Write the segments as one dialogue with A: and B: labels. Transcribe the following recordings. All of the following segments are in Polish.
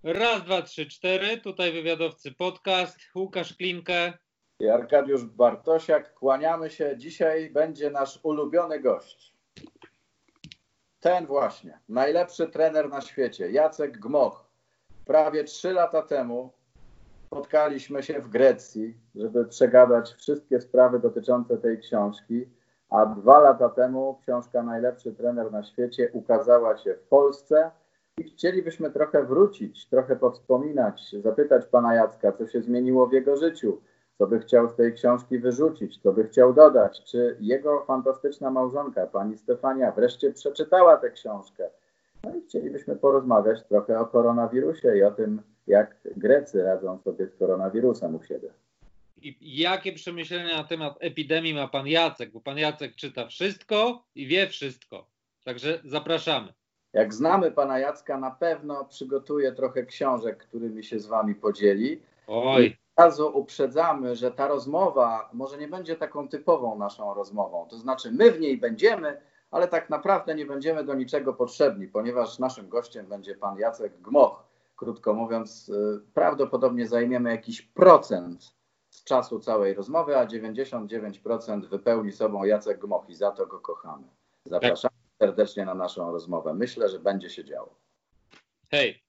A: Raz, dwa, trzy, cztery. Tutaj wywiadowcy podcast. Łukasz Klimkę
B: i Arkadiusz Bartosiak. Kłaniamy się. Dzisiaj będzie nasz ulubiony gość. Ten właśnie, najlepszy trener na świecie, Jacek Gmoch. Prawie 3 lata temu spotkaliśmy się w Grecji, żeby przegadać wszystkie sprawy dotyczące tej książki, a 2 lata temu książka Najlepszy trener na świecie ukazała się w Polsce i chcielibyśmy trochę wrócić, trochę powspominać, zapytać pana Jacka, co się zmieniło w jego życiu, co by chciał z tej książki wyrzucić, co by chciał dodać, czy jego fantastyczna małżonka, pani Stefania, wreszcie przeczytała tę książkę. No i chcielibyśmy porozmawiać trochę o koronawirusie i o tym, jak Grecy radzą sobie z koronawirusem u siebie.
A: I jakie przemyślenia na temat epidemii ma pan Jacek? Bo pan Jacek czyta wszystko i wie wszystko. Także zapraszamy.
B: Jak znamy pana Jacka, na pewno przygotuje trochę książek, którymi się z wami podzieli.
A: Oj.
B: I od razu uprzedzamy, że ta rozmowa może nie będzie taką typową naszą rozmową. To znaczy my w niej będziemy, ale tak naprawdę nie będziemy do niczego potrzebni, ponieważ naszym gościem będzie pan Jacek Gmoch. Krótko mówiąc, prawdopodobnie zajmiemy jakiś procent z czasu całej rozmowy, a 99% wypełni sobą Jacek Gmoch i za to go kochamy. Zapraszamy serdecznie na naszą rozmowę. Myślę, że będzie się działo.
A: Hej.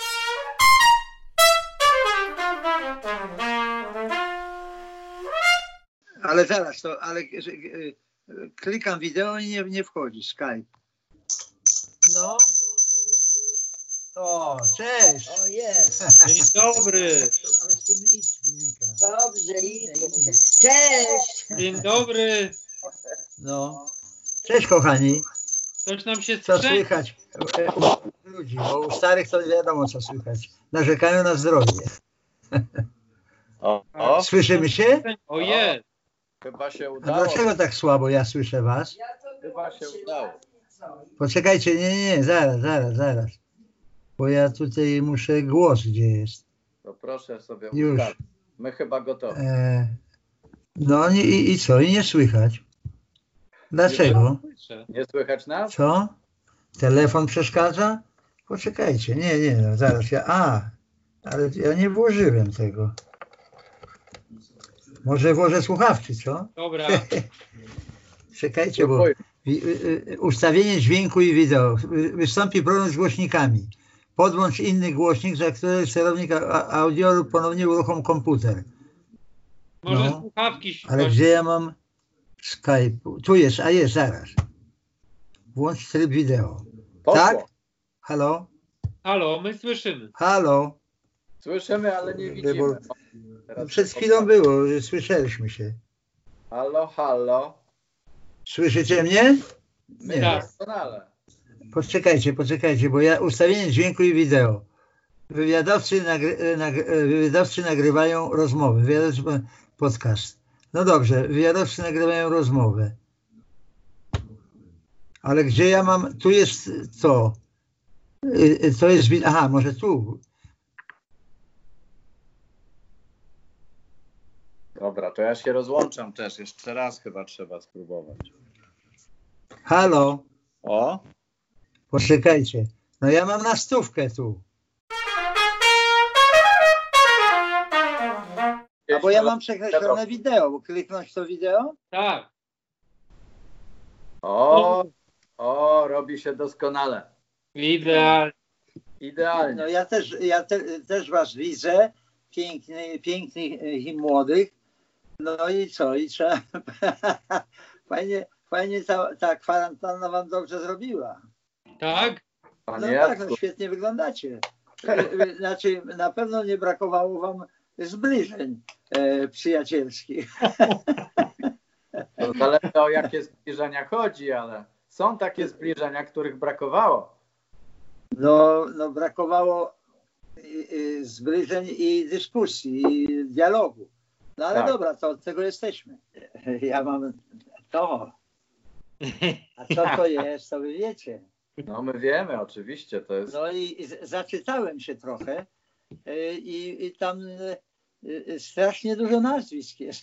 C: Ale zaraz, klikam wideo i nie wchodzi Skype. No. O, cześć.
D: O jest.
A: Dzień dobry.
C: Ale z tym idź wynika.
D: Dobrze, idę. Cześć.
A: Dzień dobry.
C: No. Cześć kochani.
A: Coś nam się
C: Co
A: sprzęt.
C: słychać u ludzi, bo u starych to wiadomo co słychać. Narzekają na zdrowie.
B: O,
C: Słyszymy się?
A: O jest.
B: chyba się
C: A
B: udało.
C: dlaczego tak słabo ja słyszę was?
B: Chyba się udało.
C: Poczekajcie, nie, zaraz. Bo ja tutaj muszę głos, gdzie jest.
B: To proszę sobie
C: Już.
B: ustawić. My chyba gotowi.
C: No i co? I nie słychać. Dlaczego?
B: Nie słychać nas?
C: Co? Telefon przeszkadza? Poczekajcie, nie, no zaraz ale ja nie włożyłem tego. Może włożę słuchawki, co?
A: Dobra.
C: Czekajcie, bo ustawienie dźwięku i wideo. Wystąpi problem z głośnikami. Podłącz inny głośnik, za który sterownik audio lub ponownie uruchom komputer.
A: Może
C: No,
A: słuchawki.
C: ale gdzie ja mam Skype? Tu jest, zaraz. Włącz tryb wideo.
B: Poszło.
C: Tak? Halo?
A: Halo, my słyszymy.
C: Halo?
B: Słyszymy, ale nie widzimy. Teraz
C: Przed chwilą było, że słyszeliśmy się.
B: Halo.
C: Słyszycie mnie? Nie.
A: Tak.
B: Doskonale.
C: Poczekajcie, bo ja ustawienie dźwięku i wideo. Wywiadowcy nagrywają rozmowy. Podcast. No dobrze, wywiadowcy nagrywają rozmowę. Ale gdzie ja mam... Tu jest co? To jest... Aha, może tu.
B: Dobra, to ja się rozłączam też. Jeszcze raz chyba trzeba spróbować.
C: Halo?
B: O?
C: Poczekajcie. No ja mam na 100 tu. A bo ja mam przekreślone wideo. Bo kliknąć to wideo?
A: Tak.
B: O, robi się doskonale. Idealnie.
C: No ja też was widzę. Pięknych i młodych. No i co? I trzeba... Fajnie ta kwarantanna wam dobrze zrobiła.
A: Tak?
B: Panie
C: No
B: Jacku,
C: tak, no świetnie wyglądacie. Znaczy na pewno nie brakowało wam zbliżeń przyjacielskich.
B: to zależy o jakie zbliżenia chodzi, ale są takie zbliżenia, których brakowało.
C: No brakowało zbliżeń i dyskusji, i dialogu. No ale
B: Tak.
C: dobra, to od tego jesteśmy. Ja mam to. A co to jest, to wy wiecie.
B: No my wiemy, oczywiście, to jest...
C: No i zaczytałem się trochę i tam strasznie dużo nazwisk jest.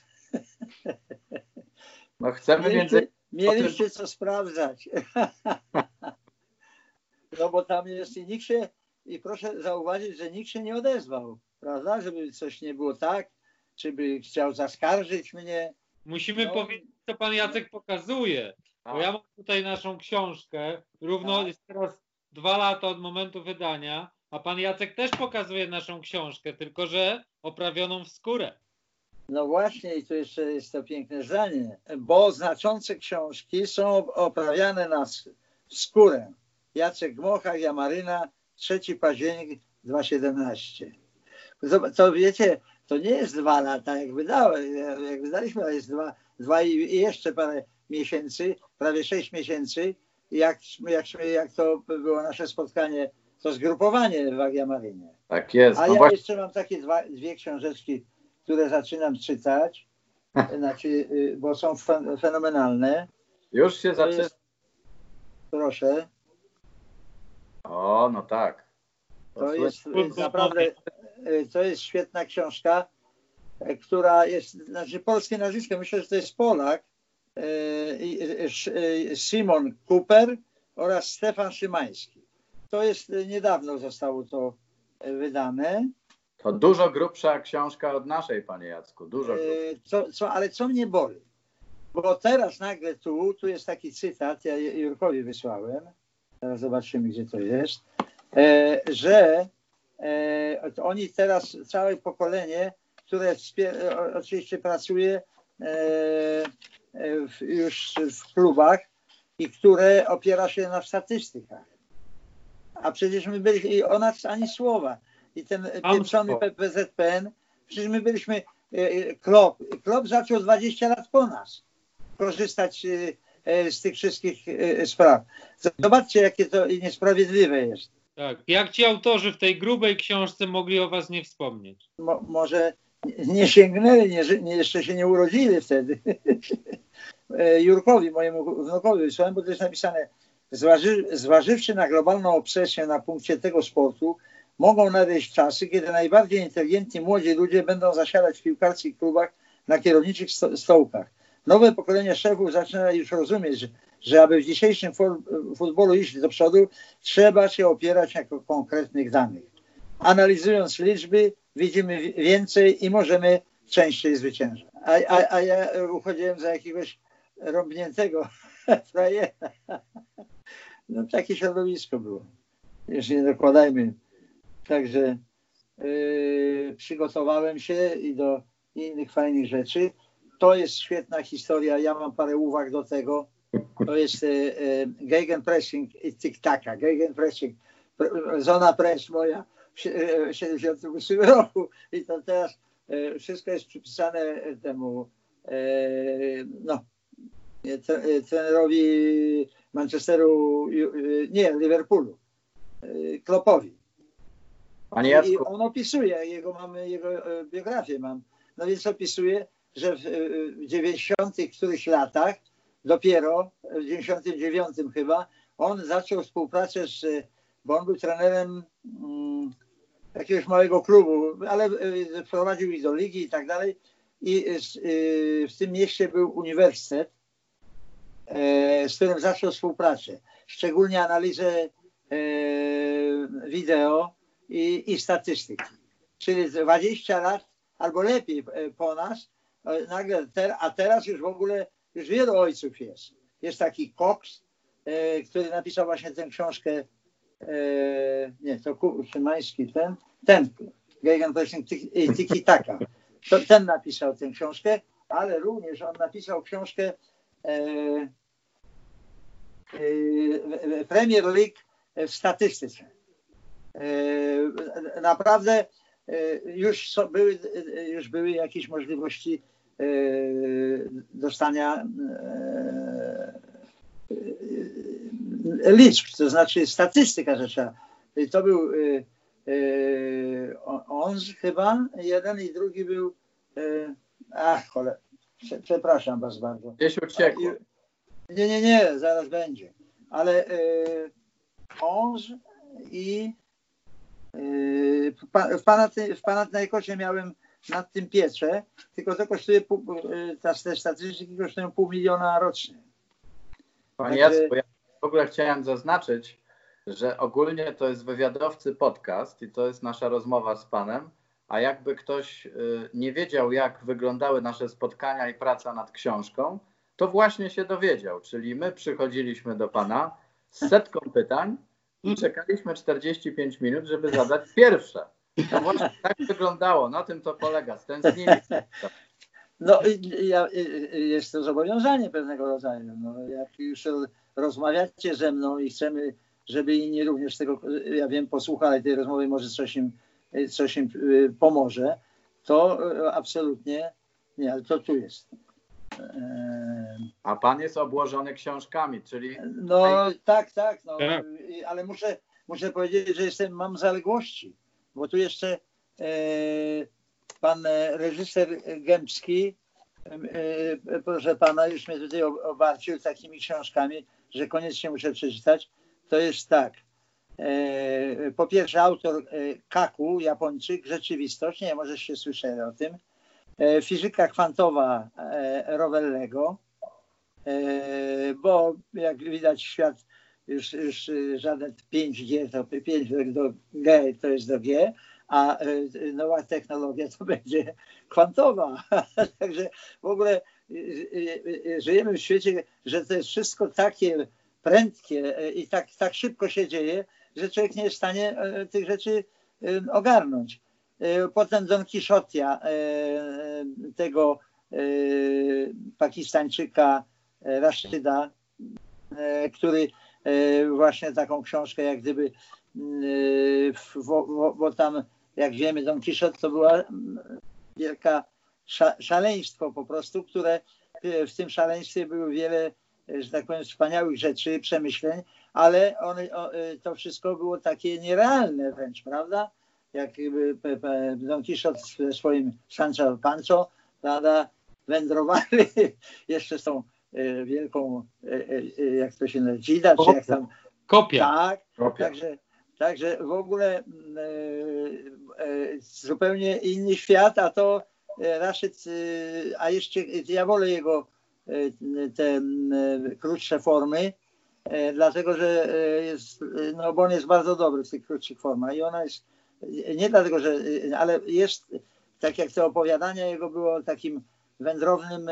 B: No chcemy
C: Mieliście co sprawdzać. No bo tam jest i i proszę zauważyć, że nikt się nie odezwał, prawda, żeby coś nie było tak, czy by chciał zaskarżyć mnie.
A: Musimy powiedzieć, co pan Jacek pokazuje. Bo ja mam tutaj naszą książkę, równo jest teraz 2 lata od momentu wydania, a pan Jacek też pokazuje naszą książkę, tylko że oprawioną w skórę.
C: No właśnie, i tu jeszcze jest to piękne zdanie, bo znaczące książki są oprawiane w skórę. Jacek Gmochak, Jamaryna, 3 październik 2017. To wiecie, to nie jest 2 lata, jak wydaliśmy, ale jest 2 i jeszcze parę miesięcy, prawie 6 miesięcy, jak to było nasze spotkanie, to zgrupowanie w Jamarynie.
B: Tak jest.
C: A ja jeszcze mam takie 2 książeczki, które zaczynam czytać, znaczy, bo są fenomenalne.
B: Już się zaczyna.
C: Proszę.
B: O, no tak.
C: To jest naprawdę, to jest świetna książka, która jest, znaczy polskie nazwisko, myślę, że to jest Polak, Szymon Cooper oraz Stefan Szymański. To jest, niedawno zostało to wydane.
B: To dużo grubsza książka od naszej, panie Jacku, dużo grubsza.
C: Ale co mnie boli? Bo teraz nagle tu jest taki cytat, ja Jurkowi wysłałem, teraz zobaczymy, gdzie to jest, że oni teraz, całe pokolenie, które oczywiście pracuje już w klubach i które opiera się na statystykach. A przecież my byliśmy, i o nas ani słowa. I ten pieprzony PZPN, przecież my byliśmy, Klop zaczął 20 lat po nas korzystać z tych wszystkich spraw. Zobaczcie, jakie to niesprawiedliwe jest.
A: Tak, jak ci autorzy w tej grubej książce mogli o was nie wspomnieć?
C: Może nie sięgnęli, jeszcze się nie urodzili wtedy. Jurkowi, mojemu wnukowi wysłałem, bo to jest napisane: zważywszy na globalną obsesję na punkcie tego sportu, mogą nadejść czasy, kiedy najbardziej inteligentni młodzi ludzie będą zasiadać w piłkarskich klubach na kierowniczych stołkach. Nowe pokolenie szefów zaczyna już rozumieć, że aby w dzisiejszym futbolu iść do przodu, trzeba się opierać na konkretnych danych. Analizując liczby, widzimy więcej i możemy częściej zwyciężać. A ja uchodziłem za jakiegoś rąbniętego frajera. No takie środowisko było. Już nie dokładajmy. Także przygotowałem się i do innych fajnych rzeczy. To jest świetna historia. Ja mam parę uwag do tego. To jest gegenpressing i tic-taka. Gegenpressing, zona press moja w 1978 roku. I to teraz wszystko jest przypisane temu trenerowi Manchesteru, nie, Liverpoolu, Kloppowi.
B: Panie Jacku.
C: I on opisuje, jego biografię mam. No więc opisuje, że w 90 którychś latach, dopiero w 99 chyba, on zaczął współpracę bo on był trenerem jakiegoś małego klubu, ale wprowadził ich do ligi i tak dalej. I w tym mieście był uniwersytet, z którym zaczął współpracę. Szczególnie analizę wideo i statystyki. Czyli 20 lat albo lepiej po nas, nagle, a teraz już w ogóle już wielu ojców jest. Jest taki Cox, który napisał właśnie tę książkę, nie, to Szymański, ten Gegenpressing i Tiki-Taka. Ten napisał tę książkę, ale również on napisał książkę Premier League w statystyce. Naprawdę już były jakieś możliwości dostania liczb, to znaczy statystyka, że trzeba. To był on chyba, jeden i drugi był cholera, przepraszam was bardzo.
B: Gdzieś uciekło.
C: Nie, zaraz będzie. Ale Onż i w Panathinaikosie miałem nad tym pieczę, tylko to kosztuje, te statystyki kosztują $500 000 rocznie.
B: Panie Jacku, ja w ogóle chciałem zaznaczyć, że ogólnie to jest wywiadowcy podcast i to jest nasza rozmowa z panem, a jakby ktoś nie wiedział, jak wyglądały nasze spotkania i praca nad książką, to właśnie się dowiedział. Czyli my przychodziliśmy do pana z setką pytań i czekaliśmy 45 minut, żeby zadać pierwsze. To właśnie tak wyglądało, na tym to polega, stęskniliśmy.
E: No ja, jest to zobowiązanie pewnego rodzaju. No, jak już rozmawiacie ze mną i chcemy, żeby inni również tego, ja wiem, posłuchali tej rozmowy, może coś im pomoże, to absolutnie nie, ale to tu jest.
B: A pan jest obłożony książkami, czyli...
E: No tak, no, ale muszę powiedzieć, że mam zaległości, bo tu jeszcze pan reżyser Gębski, proszę pana, już mnie tutaj obarczył takimi książkami, że koniecznie muszę przeczytać. To jest tak. Po pierwsze autor Kaku, Japończyk, Rzeczywistość, nie wiem, może się słyszeli o tym. Fizyka kwantowa Rowellego, bo jak widać świat już żaden 5G, to 5 do G to jest do G, a nowa technologia to będzie kwantowa. Także w ogóle żyjemy w świecie, że to jest wszystko takie prędkie i tak szybko się dzieje, że człowiek nie jest w stanie tych rzeczy ogarnąć. Potem Don Quixotea, tego Pakistańczyka Rashida, który właśnie taką książkę jak gdyby, bo tam jak wiemy Don Quixote to była wielka szaleństwo po prostu, które w tym szaleństwie było wiele, że tak powiem, wspaniałych rzeczy, przemyśleń, ale to wszystko było takie nierealne wręcz, prawda? Jak Don Quixote ze swoim Sancho Pancho, prawda, wędrowali jeszcze z tą wielką, jak to się nazywa, Dzida, czy jak tam...
A: Kopia.
E: Tak,
B: Kopia.
E: Także w ogóle zupełnie inny świat, a to Rashid, a jeszcze ja wolę jego te krótsze formy, dlatego że jest, no bo on jest bardzo dobry w tych krótszych formach i ona jest, nie dlatego, że, ale jest, tak jak to opowiadanie jego było takim wędrownym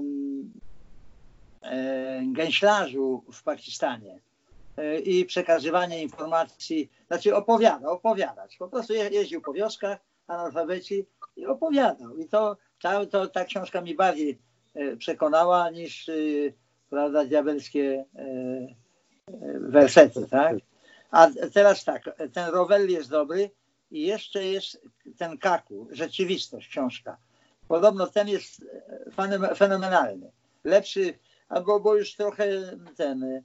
E: gęślarzu w Pakistanie i przekazywanie informacji, znaczy opowiadać. Po prostu jeździł po wioskach, analfabeci i opowiadał. I ta książka mi bardziej przekonała niż, prawda, diabelskie wersety, tak? A teraz tak, ten Rowell jest dobry i jeszcze jest ten Kaku, Rzeczywistość, książka. Podobno ten jest fenomenalny. Lepszy, bo już trochę ten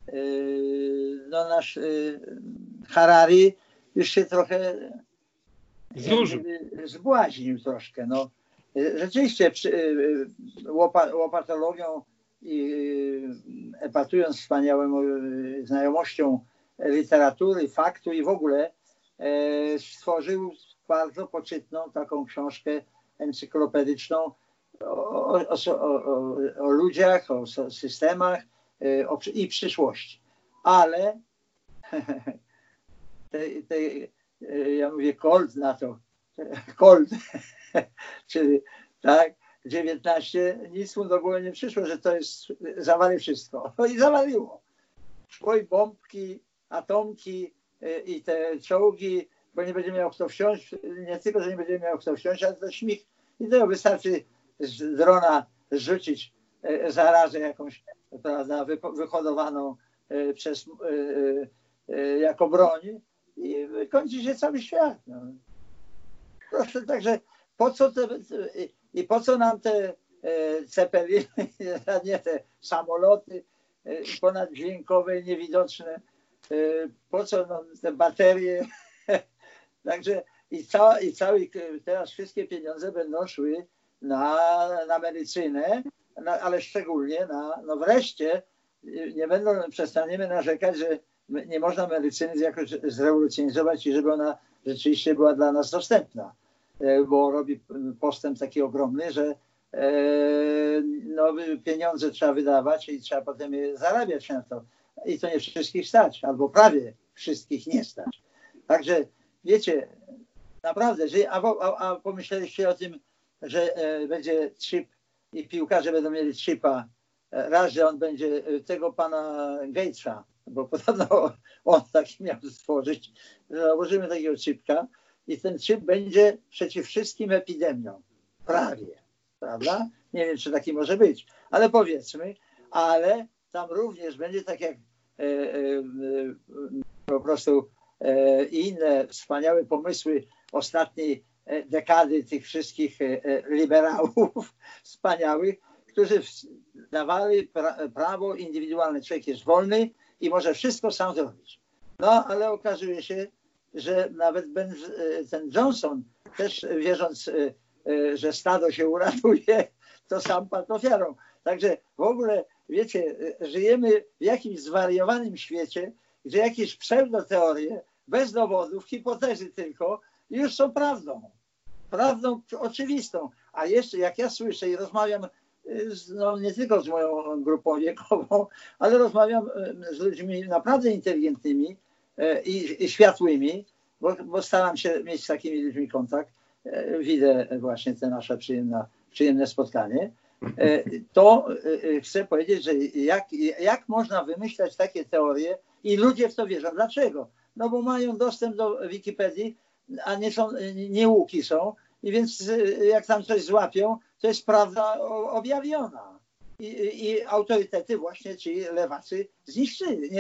E: no nasz Harari już się trochę zbłaźnił troszkę. No. Rzeczywiście łopatologią i epatując wspaniałą znajomością literatury, faktu i w ogóle stworzył bardzo poczytną taką książkę encyklopedyczną o ludziach, o systemach i przyszłości. Ale ja mówię Colt na to, Colt, czyli tak, 19, nic mu do głowy nie przyszło, że to jest, zawali wszystko. No i zawaliło. Szło i bombki, atomki i te czołgi, bo nie będzie miał kto wsiąść, nie tylko, że nie będzie miał kto wsiąść, ale to śmig. I tego wystarczy z drona zrzucić zarazę jakąś, prawda, wyhodowaną jako broń i kończy się cały świat. No. Proszę, także po co nam te cepeliny, a nie te samoloty ponaddźwiękowe, niewidoczne, po co nam te baterie. Także teraz wszystkie pieniądze będą szły na medycynę, ale szczególnie no wreszcie przestaniemy narzekać, że nie można medycyny jakoś zrewolucjonizować i żeby ona rzeczywiście była dla nas dostępna, bo robi postęp taki ogromny, że no, pieniądze trzeba wydawać i trzeba potem je zarabiać na to. I to nie wszystkich stać, albo prawie wszystkich nie stać. Także wiecie, naprawdę, a pomyśleliście o tym, że będzie chip i piłkarze będą mieli chipa, raz, że on będzie tego pana Gatesa, bo podobno on taki miał stworzyć, że założymy takiego chipka i ten chip będzie przeciw wszystkim epidemiom. Prawie, prawda? Nie wiem, czy taki może być, ale powiedzmy, ale tam również będzie tak jak po prostu inne wspaniałe pomysły ostatniej dekady tych wszystkich liberałów wspaniałych, którzy dawali prawo indywidualne. Człowiek jest wolny i może wszystko sam zrobić. No, ale okazuje się, że nawet ten Johnson też wierząc, że stado się uratuje, to sam padł ofiarą. Także w ogóle, wiecie, żyjemy w jakimś zwariowanym świecie, gdzie jakieś pseudoteorie, bez dowodów, hipotezy tylko, już są prawdą. Prawdą oczywistą. A jeszcze jak ja słyszę i rozmawiam nie tylko z moją grupą wiekową, ale rozmawiam z ludźmi naprawdę inteligentnymi i światłymi, bo staram się mieć z takimi ludźmi kontakt. Widzę właśnie te nasze przyjemne spotkanie. To chcę powiedzieć, że jak można wymyślać takie teorie i ludzie w to wierzą. Dlaczego? No bo mają dostęp do Wikipedii, a nie łuki są, i więc jak tam coś złapią, to jest prawda objawiona. I autorytety właśnie ci lewacy zniszczyli.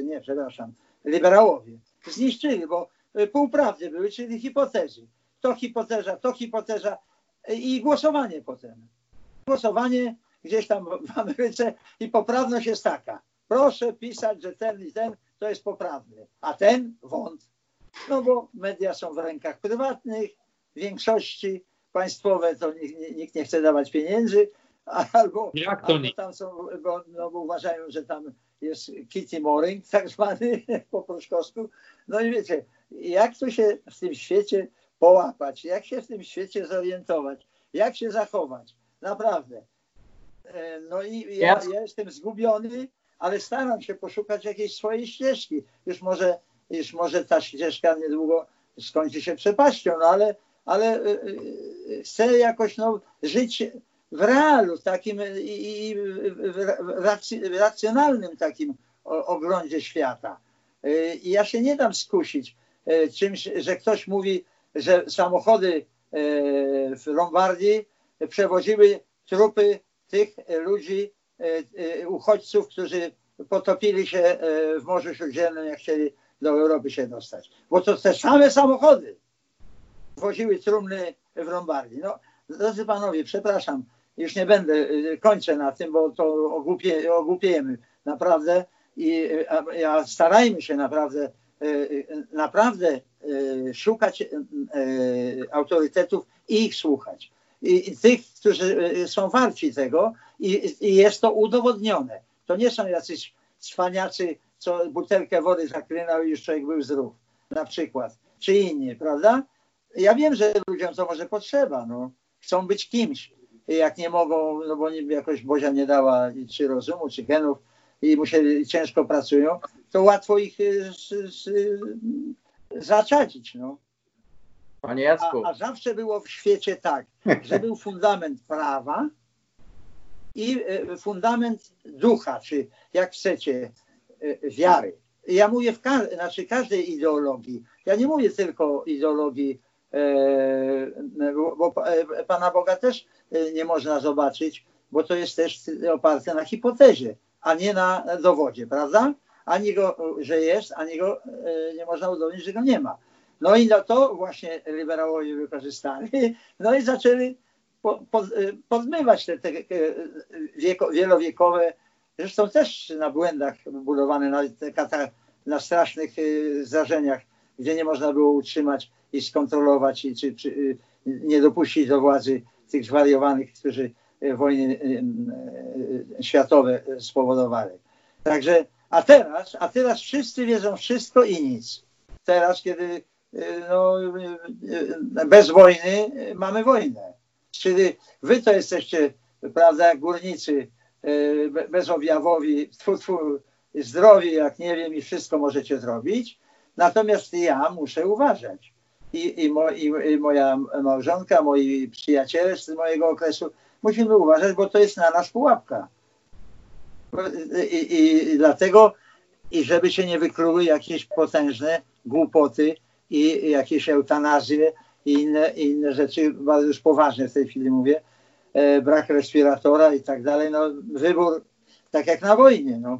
E: Liberałowie zniszczyli, bo półprawdy były, czyli hipotezy. To hipoteza i głosowanie potem. Głosowanie gdzieś tam w Ameryce i poprawność jest taka. Proszę pisać, że ten i ten to jest poprawny, a ten wąt. No bo media są w rękach prywatnych, w większości państwowe to nikt nie chce dawać pieniędzy, albo tam są, bo uważają, że tam jest kitty mooring tak zwany po pruszkowsku. No i wiecie, jak tu się w tym świecie połapać, jak się w tym świecie zorientować, jak się zachować, naprawdę. No i ja jestem zgubiony, ale staram się poszukać jakiejś swojej ścieżki. Już może ta ścieżka niedługo skończy się przepaścią, no ale chcę jakoś żyć w realu takim i w racjonalnym takim oglądzie świata. I ja się nie dam skusić czymś, że ktoś mówi, że samochody w Lombardii przewoziły trupy tych ludzi, uchodźców, którzy potopili się w Morzu Śródziemnym, jak chcieli do Europy się dostać. Bo to te same samochody woziły trumny w Lombardii. No, drodzy panowie, przepraszam, już nie będę, kończę na tym, bo to ogłupiejemy naprawdę a starajmy się naprawdę szukać autorytetów i ich słuchać. I tych, którzy są warci tego i jest to udowodnione. To nie są jacyś cwaniacy, co butelkę wody zaklinał i już człowiek był zdrów, na przykład, czy inni, prawda? Ja wiem, że ludziom to może potrzeba, chcą być kimś. I jak nie mogą, bo jakoś Bozia nie dała czy rozumu, czy genów i ciężko pracują, to łatwo ich zaczadzić.
B: Panie Jacku.
E: A zawsze było w świecie tak, że był fundament prawa i fundament ducha, czy jak chcecie, wiary. Ja mówię każdej ideologii. Ja nie mówię tylko o ideologii, bo Pana Boga też nie można zobaczyć, bo to jest też oparte na hipotezie, a nie na dowodzie, prawda? Ani go, że jest, ani go nie można udowodnić, że go nie ma. No i to właśnie liberałowie wykorzystali. No i zaczęli pozmywać te wielowiekowe, zresztą też na błędach budowane, na strasznych zdarzeniach, gdzie nie można było utrzymać i skontrolować czy nie dopuścić do władzy tych zwariowanych, którzy wojny światowe spowodowali. Także, a teraz wszyscy wiedzą wszystko i nic. Teraz, kiedy bez wojny mamy wojnę. Czyli wy to jesteście, prawda, jak górnicy, bezobjawowi, zdrowi, jak nie wiem, i wszystko możecie zrobić, Natomiast ja muszę uważać. I moja małżonka, moi przyjaciele z mojego okresu, musimy uważać, bo to jest na nas pułapka. I dlatego, i żeby się nie wykluły jakieś potężne głupoty i jakieś eutanazje i inne rzeczy, bardzo już poważnie w tej chwili mówię, brak respiratora i tak dalej, no wybór tak jak na wojnie, no.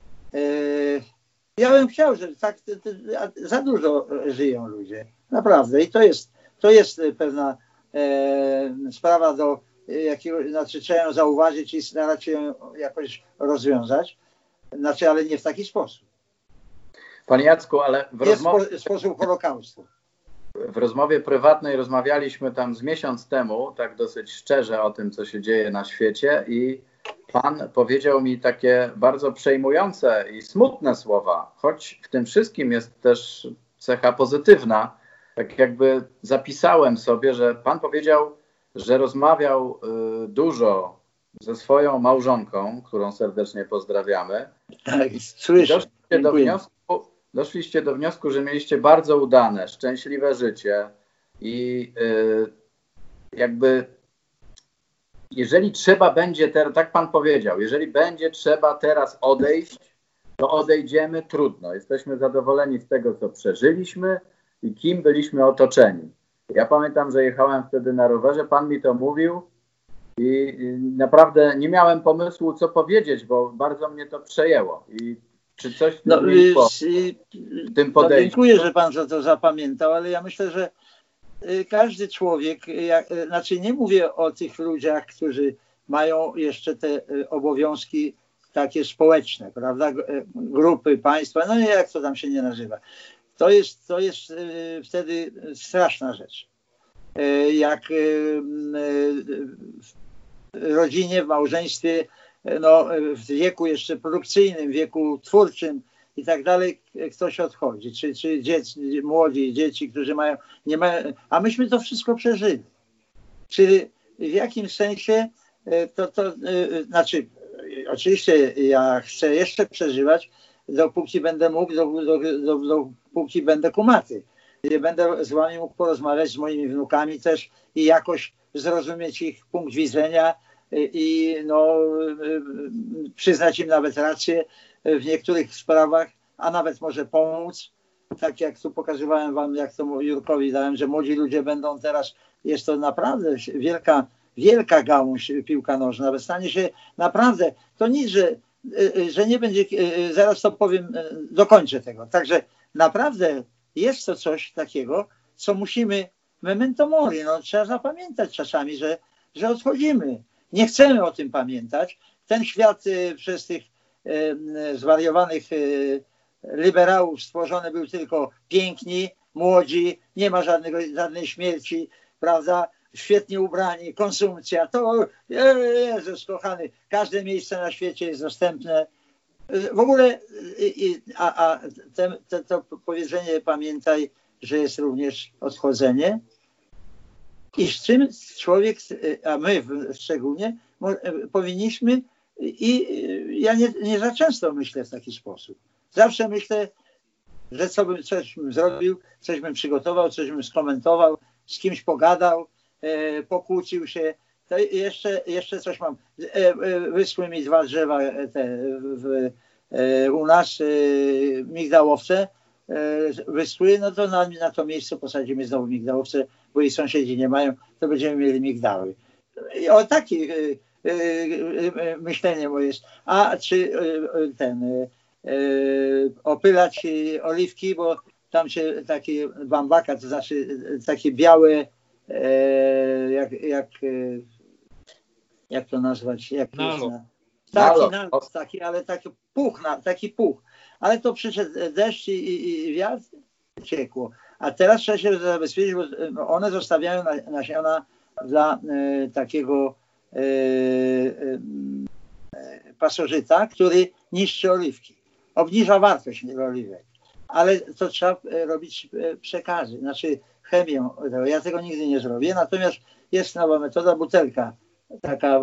E: Ja bym chciał, że tak za dużo żyją ludzie, naprawdę, i to jest pewna sprawa do jakiego, znaczy trzeba ją zauważyć i starać się ją jakoś rozwiązać, znaczy, ale nie w taki sposób.
B: Panie Jacku, ale
E: sposób Holokaustu.
B: W rozmowie prywatnej rozmawialiśmy tam z miesiąc temu, tak dosyć szczerze o tym, co się dzieje na świecie, i pan powiedział mi takie bardzo przejmujące i smutne słowa, choć w tym wszystkim jest też cecha pozytywna. Tak jakby zapisałem sobie, że pan powiedział, że rozmawiał dużo ze swoją małżonką, którą serdecznie pozdrawiamy.
E: Tak, słyszę.
B: Doszliście do wniosku, że mieliście bardzo udane, szczęśliwe życie i jakby jeżeli trzeba będzie, tak pan powiedział, jeżeli będzie trzeba teraz odejść, to odejdziemy, trudno. Jesteśmy zadowoleni z tego, co przeżyliśmy i kim byliśmy otoczeni. Ja pamiętam, że jechałem wtedy na rowerze, pan mi to mówił i naprawdę nie miałem pomysłu, co powiedzieć, bo bardzo mnie to przejęło. I czy coś w tym podejściu?
E: Dziękuję, że pan to zapamiętał, ale ja myślę, że każdy człowiek, znaczy nie mówię o tych ludziach, którzy mają jeszcze te obowiązki takie społeczne, prawda, grupy, państwa, no nie, jak to tam się nie nazywa. To jest wtedy straszna rzecz. Jak w rodzinie, w małżeństwie, no, w wieku jeszcze produkcyjnym, wieku twórczym i tak dalej, ktoś odchodzi, czy dzieci, młodzi dzieci, którzy nie mają, a myśmy to wszystko przeżyli. Czyli w jakimś sensie znaczy, oczywiście ja chcę jeszcze przeżywać, dopóki będę mógł, dopóki będę kumaty. Będę z wami mógł porozmawiać z moimi wnukami też i jakoś zrozumieć ich punkt widzenia i no, przyznać im nawet rację w niektórych sprawach, a nawet może pomóc. Tak jak tu pokazywałem wam, jak to Jurkowi dałem, że młodzi ludzie będą teraz, jest to naprawdę wielka gałąź piłka nożna, stanie się naprawdę, to nic, że nie będzie, zaraz to powiem, dokończę tego. Także naprawdę jest to coś takiego, co musimy, memento mori, no, trzeba zapamiętać czasami, że odchodzimy. Nie chcemy o tym pamiętać. Ten świat przez tych zwariowanych liberałów stworzony był tylko piękni, młodzi, nie ma żadnej śmierci, prawda? Świetnie ubrani, konsumpcja, to Jezus kochany, każde miejsce na świecie jest dostępne. W ogóle, to powiedzenie pamiętaj, że jest również odchodzenie i z czym człowiek, a my szczególnie, powinniśmy, i ja nie za często myślę w taki sposób. Zawsze myślę, że coś bym zrobił, coś bym przygotował, coś bym skomentował, z kimś pogadał, pokłócił się. To jeszcze coś mam. Wyschły mi 2 drzewa u nas, migdałowce. Wyschły, no to na to miejsce posadzimy znowu migdałowce, bo jej sąsiedzi nie mają, to będziemy mieli migdały. I o takie myślenie moje jest. A czy opylać oliwki, bo tam się takie bambaka, to znaczy takie białe, jak to nazwać? Taki, ale taki puch. Ale to przyszedł deszcz i wiatr, ciekło. A teraz trzeba się zabezpieczyć, bo one zostawiają nasiona dla takiego pasożyta, który niszczy oliwki. Obniża wartość oliwek. Ale to trzeba robić przekazy, znaczy chemię. Ja tego nigdy nie zrobię. Natomiast jest nowa metoda, butelka taka,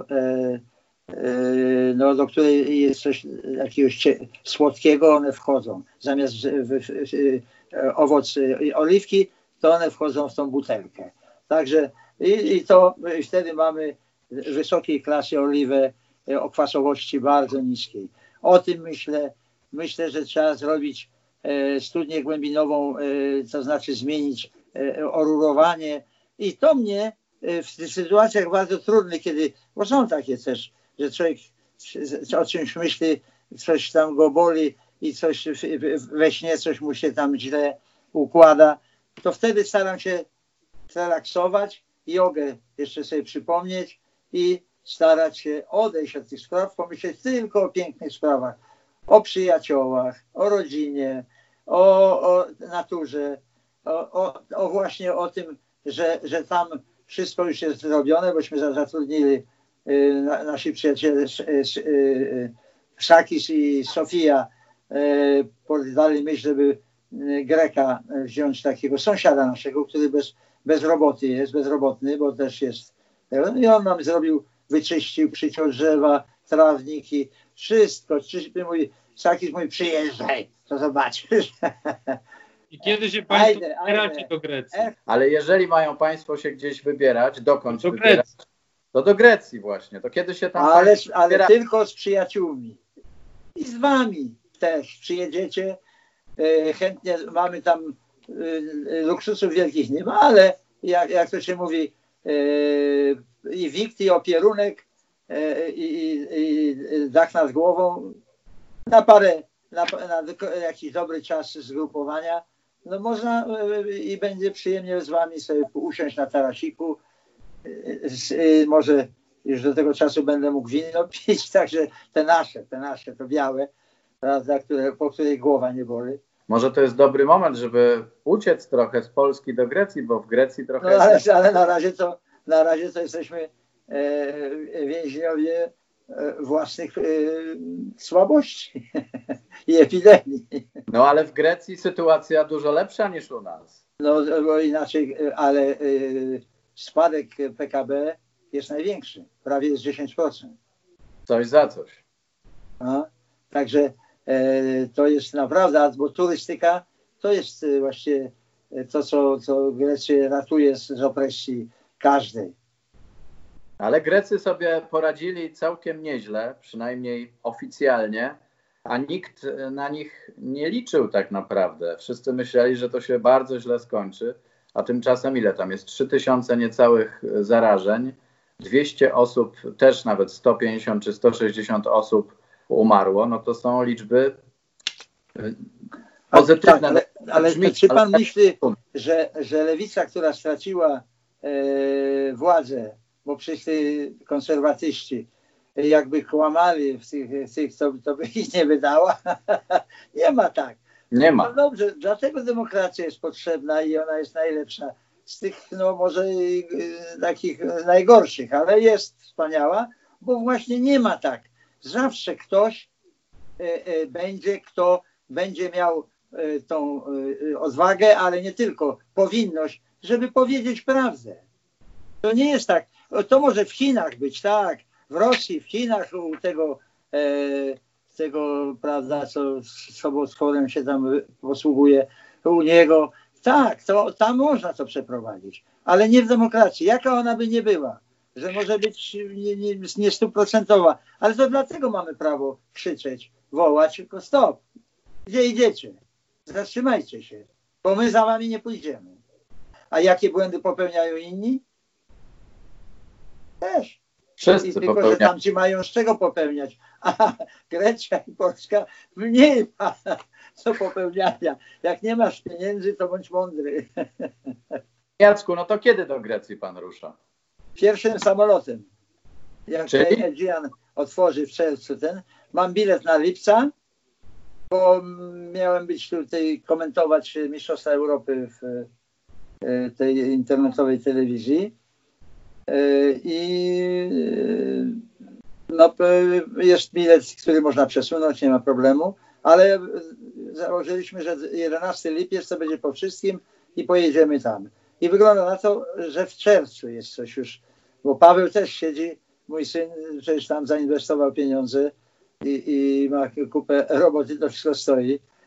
E: no, do której jest coś jakiegoś słodkiego, one wchodzą. Zamiast owoce i oliwki, to one wchodzą w tą butelkę. Także i to wtedy mamy wysokiej klasy oliwę o kwasowości bardzo niskiej. O tym myślę, że trzeba zrobić studnię głębinową, to znaczy zmienić orurowanie i to mnie w sytuacjach bardzo trudnych, bo są takie też, że człowiek o czymś myśli, coś tam go boli i coś we śnie coś mu się tam źle układa, to wtedy staram się relaksować, jogę jeszcze sobie przypomnieć i starać się odejść od tych spraw, pomyśleć tylko o pięknych sprawach, o przyjaciołach, o rodzinie, o naturze, właśnie o tym, że tam wszystko już jest zrobione, bośmy zatrudnili nasi przyjaciele Szakis i Sofia podali myśl, żeby Greka wziąć, takiego sąsiada naszego, który bezrobotny, bo też jest. I on nam wyczyścił, przyciął drzewa, trawniki, wszystko. Szakis mówi, przyjeżdżaj, to zobaczysz.
A: I kiedy się Państwo wybieracie do Grecji?
B: Ale jeżeli mają Państwo się gdzieś wybierać, dokąd się wybierać? To do Grecji właśnie. To kiedy się tam
E: ale tylko z przyjaciółmi. I z Wami też przyjedziecie. Chętnie mamy tam luksusów wielkich nie ma, ale jak to się mówi, i wikt, i opierunek, i dach nad głową na jakiś dobry czas zgrupowania, no można i będzie przyjemnie z Wami sobie usiąść na tarasiku. Może już do tego czasu będę mógł wino pić, także te nasze, to białe, prawda, po której głowa nie boli.
B: Może to jest dobry moment, żeby uciec trochę z Polski do Grecji, bo w Grecji trochę...
E: No, ale na razie to jesteśmy więźniowie własnych słabości i epidemii.
B: No ale w Grecji sytuacja dużo lepsza niż u nas.
E: No bo inaczej, ale spadek PKB jest największy, prawie jest 10%.
B: Coś za coś.
E: No, także to jest naprawdę, bo turystyka to jest właśnie to, co Grecję ratuje z opresji każdej.
B: Ale Grecy sobie poradzili całkiem nieźle, przynajmniej oficjalnie, a nikt na nich nie liczył tak naprawdę. Wszyscy myśleli, że to się bardzo źle skończy, a tymczasem ile tam jest? 3000 niecałych zarażeń, 200 osób, też nawet 150 czy 160 osób umarło. No to są liczby pozytywne.
E: Tak, ale czy pan myśli, że lewica, która straciła władzę, bo przyszli konserwatyści, jakby kłamali w tych to by ich nie wydała? Nie ma tak.
B: Nie ma.
E: No dobrze, dlatego demokracja jest potrzebna i ona jest najlepsza. Z tych, no może takich najgorszych, ale jest wspaniała, bo właśnie nie ma tak. Zawsze ktoś będzie, kto będzie miał tą odwagę, ale nie tylko, powinność, żeby powiedzieć prawdę. To nie jest tak. To może w Chinach być, tak, w Rosji, w Chinach u tego, prawda, co sobotworem się tam posługuje, u niego, tak, to tam można to przeprowadzić, ale nie w demokracji. Jaka ona by nie była, że może być nie 100%, ale to dlatego mamy prawo krzyczeć, wołać, tylko stop, gdzie idziecie? Zatrzymajcie się, bo my za wami nie pójdziemy. A jakie błędy popełniają inni? Też.
B: Wszyscy
E: tylko,
B: popełniają.
E: że tamci mają z czego popełniać, a Grecja i Polska mniej ma do popełniania. Jak nie masz pieniędzy, to bądź mądry.
B: Jacku, no to kiedy do Grecji pan rusza?
E: Pierwszym samolotem. Jak
B: Czyli?
E: Aegean otworzy w czerwcu mam bilet na lipca, bo miałem być tutaj, komentować Mistrzostwa Europy w tej internetowej telewizji. I no, jest bilet, który można przesunąć, nie ma problemu, ale założyliśmy, że 11 lipiec to będzie po wszystkim i pojedziemy tam. I wygląda na to, że w czerwcu jest coś już, bo Paweł też siedzi, mój syn przecież tam zainwestował pieniądze i ma kupę roboty, to wszystko stoi,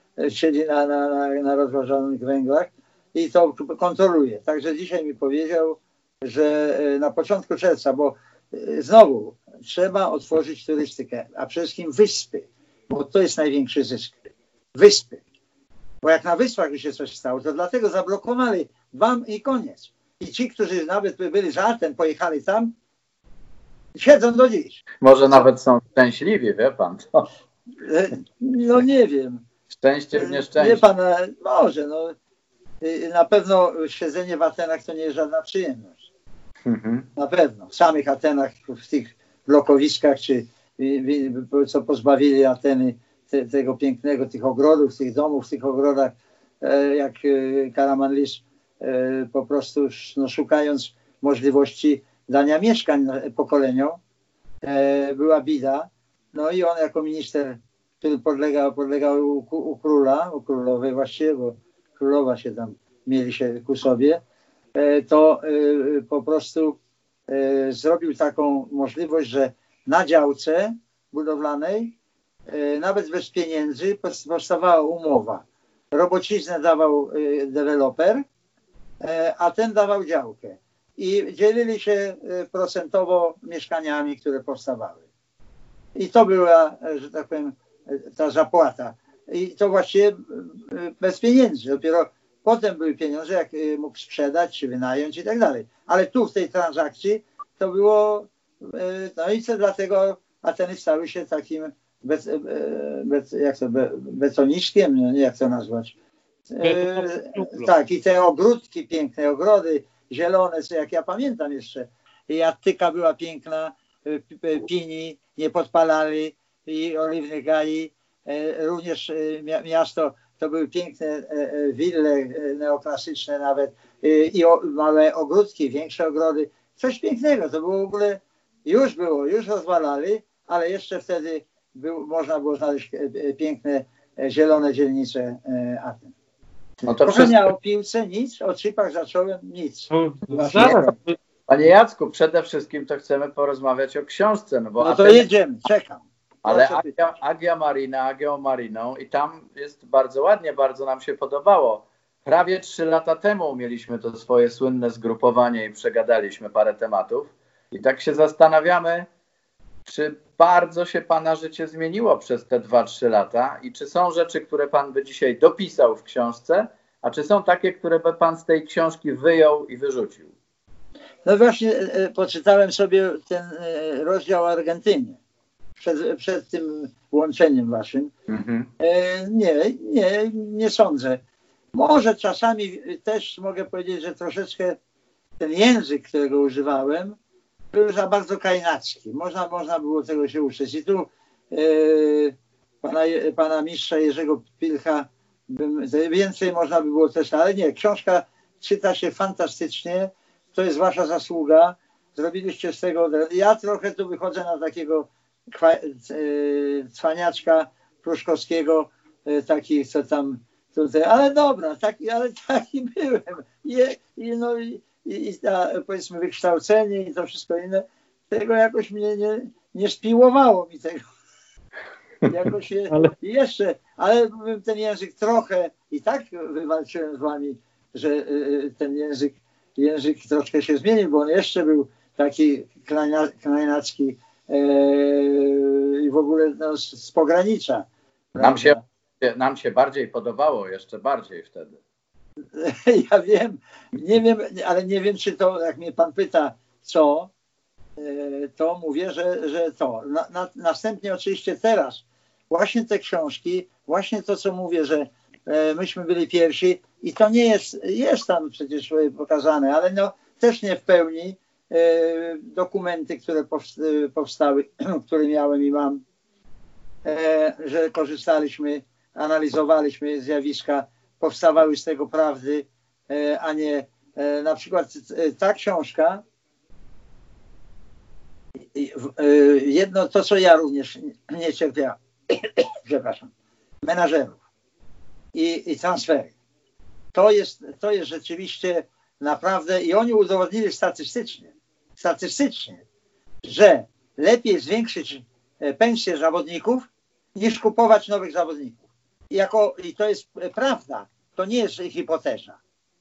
E: siedzi na rozważanych węglach i to kontroluje. Także dzisiaj mi powiedział, że na początku czerwca, bo znowu trzeba otworzyć turystykę, a przede wszystkim wyspy, bo to jest największy zysk. Wyspy. Bo jak na wyspach by się coś stało, to dlatego zablokowali wam i koniec. I ci, którzy nawet by byli żartem, pojechali tam, siedzą do dziś.
B: Może nawet są szczęśliwi, wie pan. To...
E: No nie wiem.
B: Szczęście w nieszczęściu.
E: Wie pan, może. No, na pewno siedzenie w Atenach to nie jest żadna przyjemność. Na pewno. W samych Atenach, w tych blokowiskach, czy co pozbawili Ateny tego pięknego, tych ogrodów, tych domów, w tych ogrodach, jak Karamanlis, po prostu no, szukając możliwości dania mieszkań pokoleniom, była bida. No i on jako minister, który podlegał u króla, u królowej właściwie, bo królowa się tam mieli się ku sobie, to po prostu zrobił taką możliwość, że na działce budowlanej nawet bez pieniędzy powstawała umowa. Robociznę dawał deweloper, a ten dawał działkę. I dzielili się procentowo mieszkaniami, które powstawały. I to była, że tak powiem, ta zapłata. I to właściwie bez pieniędzy. Dopiero potem były pieniądze, jak mógł sprzedać, czy wynająć i tak dalej. Ale tu w tej transakcji to było, no i co dlatego Ateny stały się takim betoniczkiem, no nie jak to nazwać. Tak, i te ogródki, piękne ogrody, zielone, co jak ja pamiętam jeszcze. I Attyka była piękna, pini nie podpalali i oliwnych gai. Również miasto, to były piękne wille neoklasyczne nawet i małe ogródki, większe ogrody. Coś pięknego, to było w ogóle, już rozwalali, ale jeszcze wtedy można było znaleźć piękne, zielone dzielnice Aten.
B: No to
E: o piłce nic, o chipach zacząłem nic.
B: Panie Jacku, przede wszystkim to chcemy porozmawiać o książce. No, bo
E: no to jedziemy, czekam.
B: Ale Agia Marina, Agią Mariną i tam jest bardzo ładnie, bardzo nam się podobało. Prawie 3 lata temu mieliśmy to swoje słynne zgrupowanie i przegadaliśmy parę tematów. I tak się zastanawiamy, czy bardzo się pana życie zmieniło przez te 2-3 lata i czy są rzeczy, które pan by dzisiaj dopisał w książce, a czy są takie, które by pan z tej książki wyjął i wyrzucił?
E: No właśnie poczytałem sobie ten rozdział o Argentynie przed tym łączeniem waszym. Nie sądzę. Może czasami też mogę powiedzieć, że troszeczkę ten język, którego używałem, był za bardzo kajnacki. Można było tego się uczyć. I tu pana mistrza Jerzego Pilcha więcej można by było też, ale nie, książka czyta się fantastycznie. To jest wasza zasługa. Zrobiliście z tego... Ja trochę tu wychodzę na takiego cwaniaczka Pruszkowskiego, taki co tam tutaj, ale dobra, taki byłem. I powiedzmy wykształcenie i to wszystko inne, tego jakoś mnie nie spiłowało mi tego. Jakoś jeszcze, ale ten język trochę i tak wywalczyłem z wami, że ten język troszkę się zmienił, bo on jeszcze był taki klejnacki i w ogóle z pogranicza.
B: Nam się bardziej podobało, jeszcze bardziej wtedy.
E: Ja wiem, ale nie wiem, czy to, jak mnie pan pyta, co, to mówię, że to. Następnie oczywiście teraz, właśnie te książki, właśnie to, co mówię, że myśmy byli pierwsi i to nie jest tam przecież pokazane, ale no też nie w pełni dokumenty, które powstały, które miałem i mam, że korzystaliśmy, analizowaliśmy zjawiska, powstawały z tego prawdy, a nie na przykład ta książka, jedno to, co ja również nie cierpiałem, przepraszam, menażerów i transfery. To jest rzeczywiście naprawdę i oni udowodnili statystycznie, że lepiej zwiększyć pensje zawodników niż kupować nowych zawodników. i to jest prawda, to nie jest hipoteza.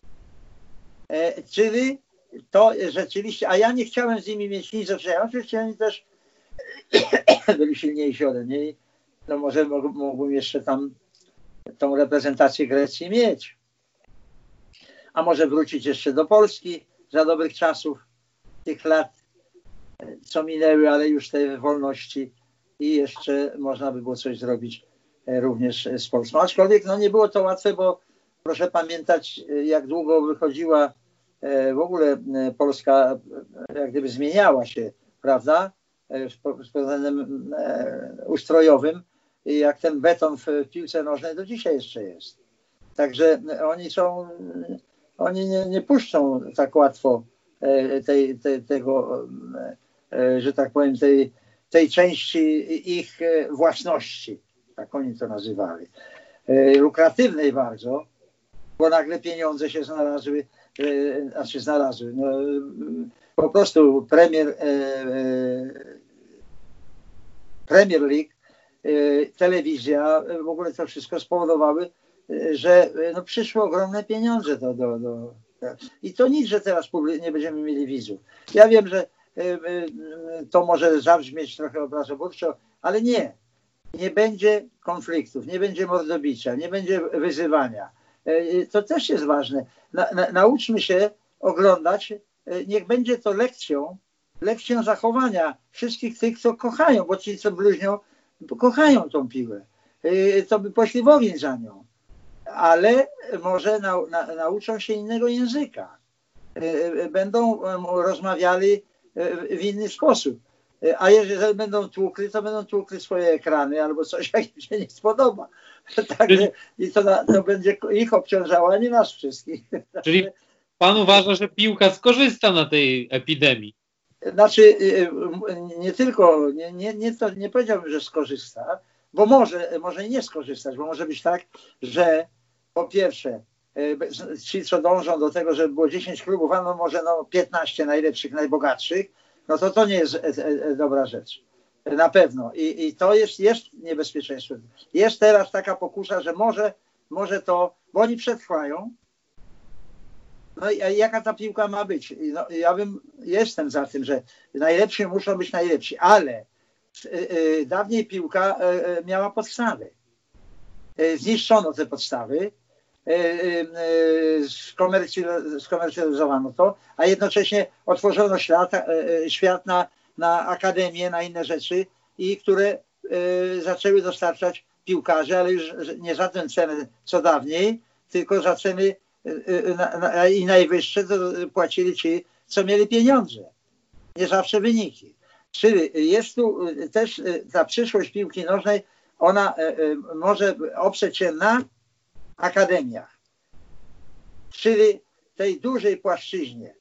E: Czyli to rzeczywiście, a ja nie chciałem z nimi mieć nic do czynienia. Oczywiście oni też byli silniejsi ode mnie. No może mógłbym jeszcze tam tą reprezentację Grecji mieć. A może wrócić jeszcze do Polski za dobrych czasów, tych lat, co minęły, ale już tej wolności i jeszcze można by było coś zrobić również z Polską. Aczkolwiek no, nie było to łatwe, bo proszę pamiętać, jak długo wychodziła w ogóle Polska, jak gdyby zmieniała się, prawda, pod względem ustrojowym, i jak ten beton w piłce nożnej do dzisiaj jeszcze jest. Także oni nie puszczą tak łatwo tego, że tak powiem, tej części ich własności, tak oni to nazywali, lukratywnej bardzo, bo nagle pieniądze się znalazły, no, po prostu Premier League, telewizja, w ogóle to wszystko spowodowały, że no, przyszły ogromne pieniądze i to nic, że teraz nie będziemy mieli widzów. Ja wiem, że to może zabrzmieć trochę obrazoburczo, ale nie będzie konfliktów, nie będzie mordobicia, nie będzie wyzywania. To też jest ważne. Nauczmy się oglądać, niech będzie to lekcją zachowania wszystkich tych, co kochają, bo ci, co bluźnią, kochają tą piłę. To by poszli w ogień za nią. Ale może nauczą się innego języka. Będą rozmawiali w inny sposób. A jeżeli będą tłukli, to będą tłukli swoje ekrany albo coś, jak im się nie spodoba. Także, i to będzie ich obciążało, a nie nas wszystkich.
A: Czyli pan uważa, że piłka skorzysta na tej epidemii?
E: Znaczy, nie tylko, nie powiedziałbym, że skorzysta, bo może i nie skorzystać, bo może być tak, że po pierwsze ci, co dążą do tego, żeby było 10 klubów, a no może 15 najlepszych, najbogatszych, no to nie jest dobra rzecz. Na pewno. I to jest niebezpieczeństwo. Jest teraz taka pokusa, że może to, bo oni przetrwają. No i jaka ta piłka ma być? No, jestem za tym, że najlepsi muszą być najlepsi, ale dawniej piłka miała podstawy. Zniszczono te podstawy, skomercjalizowano to, a jednocześnie otworzono świat na akademie, na inne rzeczy, i które zaczęły dostarczać piłkarzy, ale już nie za tę cenę co dawniej, tylko za ceny i najwyższe to płacili ci, co mieli pieniądze. Nie zawsze wyniki. Czyli jest tu też ta przyszłość piłki nożnej, ona może oprzeć się na akademiach. Czyli tej dużej płaszczyźnie,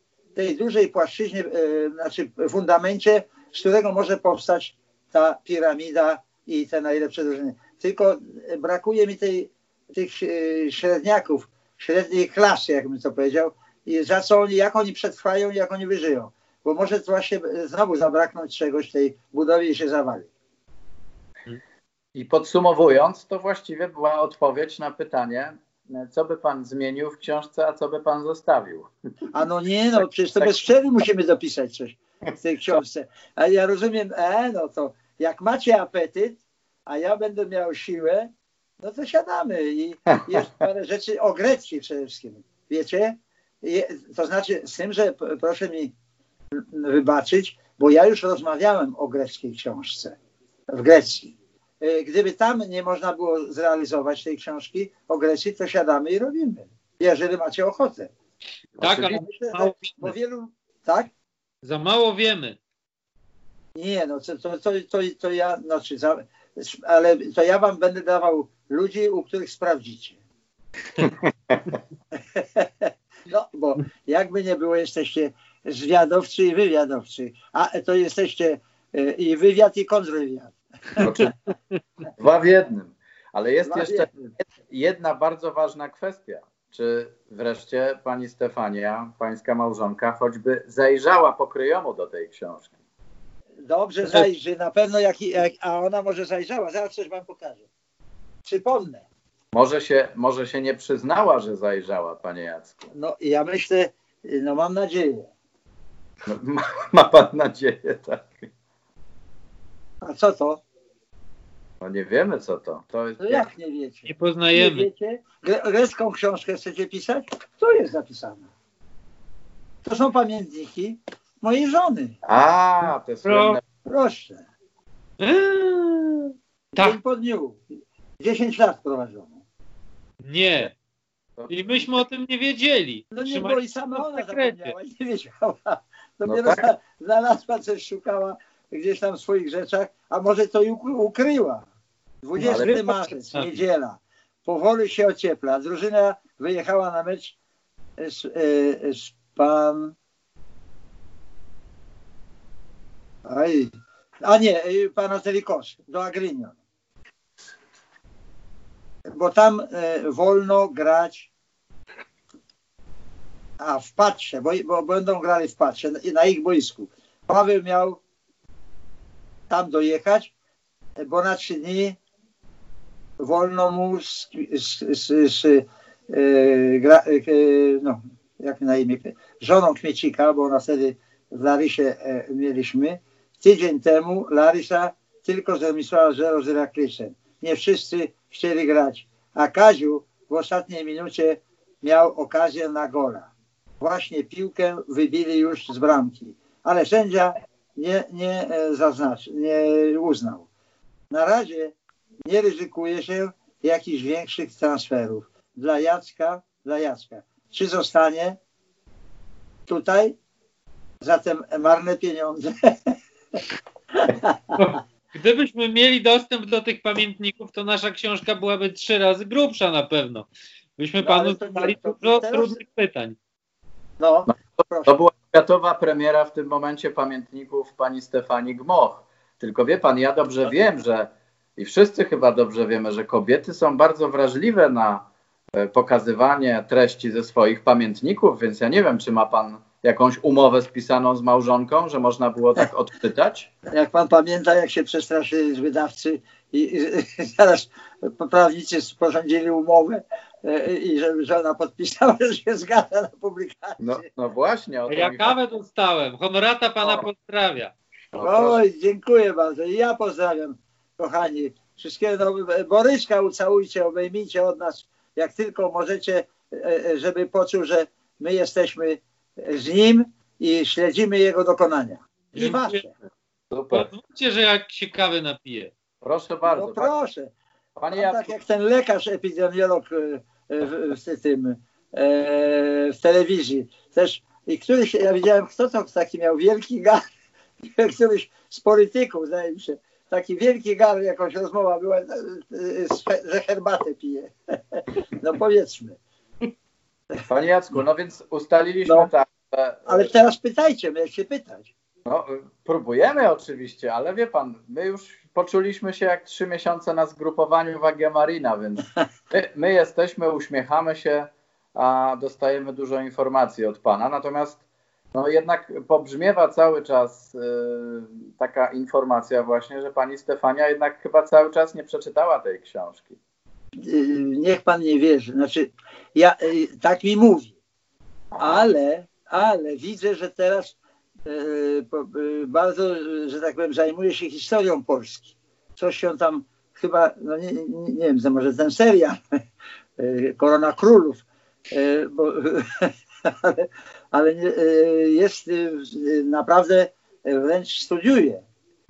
E: znaczy fundamencie, z którego może powstać ta piramida i te najlepsze drużyny. Tylko brakuje mi tych średniaków, średniej klasy, jakbym to powiedział, i za co jak oni przetrwają, jak oni wyżyją. Bo może to właśnie znowu zabraknąć czegoś w tej budowie i się zawali.
B: I podsumowując, to właściwie była odpowiedź na pytanie, co by pan zmienił w książce, a co by pan zostawił.
E: A no nie, no przecież to bez przerwy musimy dopisać coś w tej książce. A ja rozumiem, no to jak macie apetyt, a ja będę miał siłę, no to siadamy i jest parę rzeczy o Grecji przede wszystkim. Wiecie? To znaczy z tym, że proszę mi wybaczyć, bo ja już rozmawiałem o greckiej książce w Grecji. Gdyby tam nie można było zrealizować tej książki o Grecji, to siadamy i robimy. Jeżeli macie ochotę.
A: Tak, ale
E: myślę, bo wielu... Tak?
A: Za mało wiemy.
E: Nie, no to ja... ale to ja wam będę dawał ludzi, u których sprawdzicie. No, bo jakby nie było, jesteście zwiadowcy i wywiadowcy. A to jesteście i wywiad, i kontrwywiad.
B: Dwa w jednym. Ale jest jeszcze jedna bardzo ważna kwestia. Czy wreszcie pani Stefania, pańska małżonka, choćby zajrzała pokryjomu do tej książki?
E: Dobrze zajrzy, na pewno a ona może zajrzała. Zaraz coś wam pokażę. Przypomnę.
B: Może się nie przyznała, że zajrzała, panie Jacku.
E: No ja myślę, no mam nadzieję.
B: No, ma pan nadzieję, tak.
E: A co to?
B: No nie wiemy, co to. To jest
E: No jak nie wiecie?
A: Nie poznajemy.
E: Nie wiecie? Grecką książkę chcecie pisać? To jest zapisane. To są pamiętniki mojej żony.
B: A, to jest słynne.
E: Proszę.
A: Tak.
E: Dzień po dniu. 10 lat prowadzono.
A: Nie. I myśmy o tym nie wiedzieli.
E: No nie,
A: Trzymali
E: bo i sama
A: w
E: ona
A: sekrecie.
E: zapomniała, nie wiedziała. Dopiero
B: No tak.
E: znalazła coś, szukała gdzieś tam w swoich rzeczach, a może to i ukryła. 20
B: ale-
E: marzec, niedziela. Powoli się ociepla. Drużyna wyjechała na mecz z pan... Panathinaikos do Agrinion. Bo tam wolno grać w Patrze, bo będą grali w Patrze, na ich boisku. Paweł miał tam dojechać, bo na 3 dni wolno mu jak na imię, żoną Kmiecika, bo ona wtedy w Larysie mieliśmy. Tydzień temu Larysa tylko zremisowała 0 z Iraklysem. Nie wszyscy chcieli grać. A Kaziu w ostatniej minucie miał okazję na gola. Właśnie piłkę wybili już z bramki. Ale sędzia nie uznał. Na razie nie ryzykuje się jakichś większych transferów. Dla Jacka. Czy zostanie tutaj? Zatem marne pieniądze.
A: Gdybyśmy mieli dostęp do tych pamiętników, to nasza książka byłaby 3 razy grubsza na pewno. Byśmy panu zadali dużo trudnych pytań.
E: No, proszę.
B: To była światowa premiera w tym momencie pamiętników pani Stefanii Gmoch. Tylko wie pan, ja dobrze wiem, że i wszyscy chyba dobrze wiemy, że kobiety są bardzo wrażliwe na pokazywanie treści ze swoich pamiętników, więc ja nie wiem, czy ma pan jakąś umowę spisaną z małżonką, że można było tak odczytać?
E: Jak pan pamięta, jak się przestraszyli z wydawcy i zaraz prawnicy sporządzili umowę i żeby żona podpisała, że się zgadza na publikację.
B: No właśnie. O to
A: Ja kawę dostałem. Honorata pana pozdrawia.
E: Oj, dziękuję bardzo. I ja pozdrawiam, kochani. Wszystkiego. Boryska ucałujcie, obejmijcie od nas, jak tylko możecie, żeby poczuł, że my jesteśmy z nim i śledzimy jego dokonania. I wasze.
B: Super.
E: Pozwólcie,
A: że jak się kawy napije.
B: Proszę bardzo.
E: No proszę.
B: Panie
E: tak jak ten lekarz epidemiolog w telewizji. Też i któryś, ja widziałem, kto to taki miał wielki gar, któryś z polityków, zdaje mi się, taki wielki gar, jakąś rozmowa była, że herbatę pije. No powiedzmy.
B: Panie Jacku, no więc ustaliliśmy tak.
E: Ale teraz pytajcie, jak się pytać.
B: No, próbujemy oczywiście, ale wie pan, my już poczuliśmy się jak 3 miesiące na zgrupowaniu w Agia Marina, więc my jesteśmy, uśmiechamy się, a dostajemy dużo informacji od pana. Natomiast no, jednak pobrzmiewa cały czas taka informacja właśnie, że pani Stefania jednak chyba cały czas nie przeczytała tej książki.
E: Niech pan nie wierzy. Znaczy, tak mi mówi. Ale widzę, że teraz bardzo, że tak powiem, zajmuje się historią Polski. Coś się tam chyba, no nie wiem, może ten serial Korona Królów, ale jest naprawdę wręcz studiuje.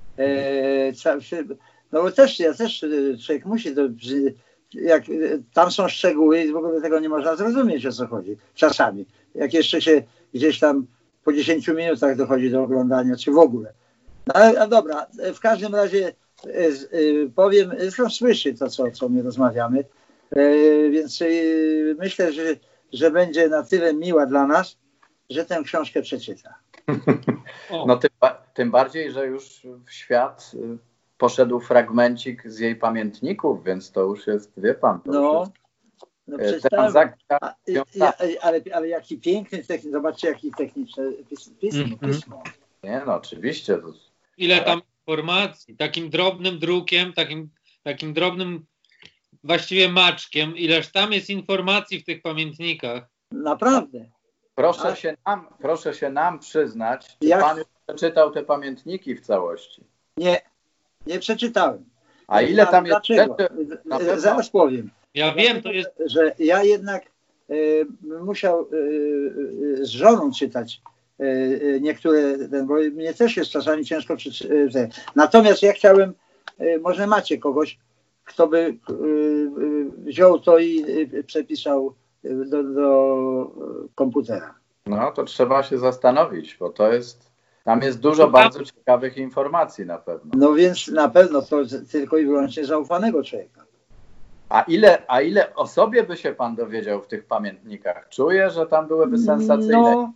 E: No bo ja też człowiek musi to, jak tam są szczegóły i w ogóle tego nie można zrozumieć, o co chodzi czasami. Jak jeszcze się gdzieś tam po 10 minutach dochodzi do oglądania, czy w ogóle. No, ale dobra, w każdym razie powiem, zresztą słyszy to, co my rozmawiamy, więc myślę, że będzie na tyle miła dla nas, że tę książkę przeczyta.
B: No tym bardziej, że już w świat poszedł fragmencik z jej pamiętników, więc to już jest, wie pan.
E: No przeczytałem. Ale jaki piękny, zobaczcie, jaki techniczny pismo.
B: Nie, no oczywiście.
A: Ile tam informacji, takim drobnym drukiem, takim drobnym właściwie maczkiem, ileż tam jest informacji w tych pamiętnikach.
E: Naprawdę.
B: Proszę się nam przyznać, czy
E: Jak?
B: pan już przeczytał te pamiętniki w całości?
E: Nie przeczytałem.
B: A ile tam jest
E: Dlaczego?
B: rzeczy?
E: Zaraz powiem.
A: Ja wiem, to jest...
E: Że ja jednak musiał z żoną czytać niektóre, bo mnie też jest czasami ciężko czytać. Natomiast ja chciałem, może macie kogoś, kto by wziął to i przepisał do komputera.
B: No to trzeba się zastanowić, bo tam jest dużo bardzo ciekawych informacji na pewno.
E: No więc na pewno to tylko i wyłącznie zaufanego człowieka.
B: A ile o sobie by się pan dowiedział w tych pamiętnikach? Czuję, że tam byłyby sensacyjne.
E: No,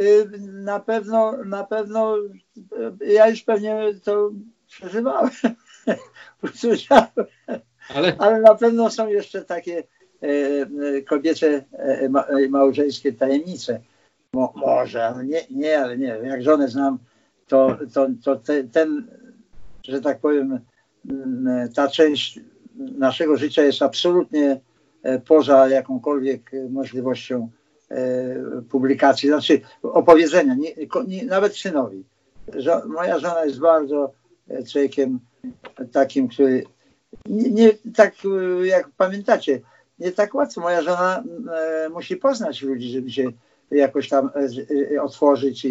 E: na pewno ja już pewnie to przeżywałem, usłyszałem, ale na pewno są jeszcze takie kobiece małżeńskie tajemnice. Może, ale nie. Jak żonę znam, to ten, że tak powiem, ta część naszego życia jest absolutnie poza jakąkolwiek możliwością publikacji, znaczy opowiedzenia, nawet synowi. Moja żona jest bardzo człowiekiem takim, który nie tak jak pamiętacie, nie tak łatwo. Moja żona musi poznać ludzi, żeby się jakoś tam otworzyć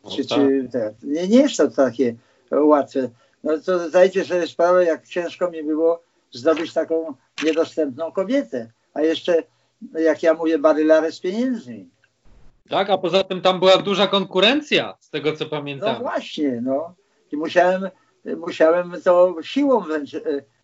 E: nie jest to takie łatwe. No to zdajcie sobie sprawę, jak ciężko mi było zdobyć taką niedostępną kobietę, a jeszcze, jak ja mówię, barylary z pieniędzmi.
A: Tak, a poza tym tam była duża konkurencja, z tego co pamiętam.
E: No właśnie, no. I musiałem to siłą wręcz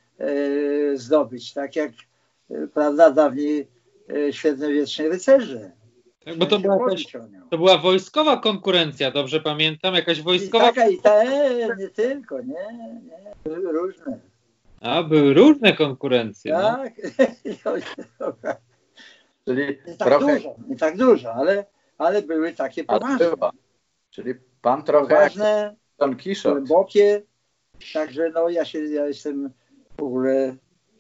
E: zdobyć, tak jak, prawda, dawniej średniowieczni rycerze.
A: Tak, bo to była wojskowa konkurencja, dobrze pamiętam? Jakaś wojskowa...
E: Nie tylko, nie. Były różne.
A: A, były różne konkurencje.
E: Tak. No.
B: Czyli
E: nie tak dużo, ale były takie poważne.
B: Czyli pan trochę
E: poważne,
B: jak Don Quixote.
E: Głębokie. Także no ja jestem w ogóle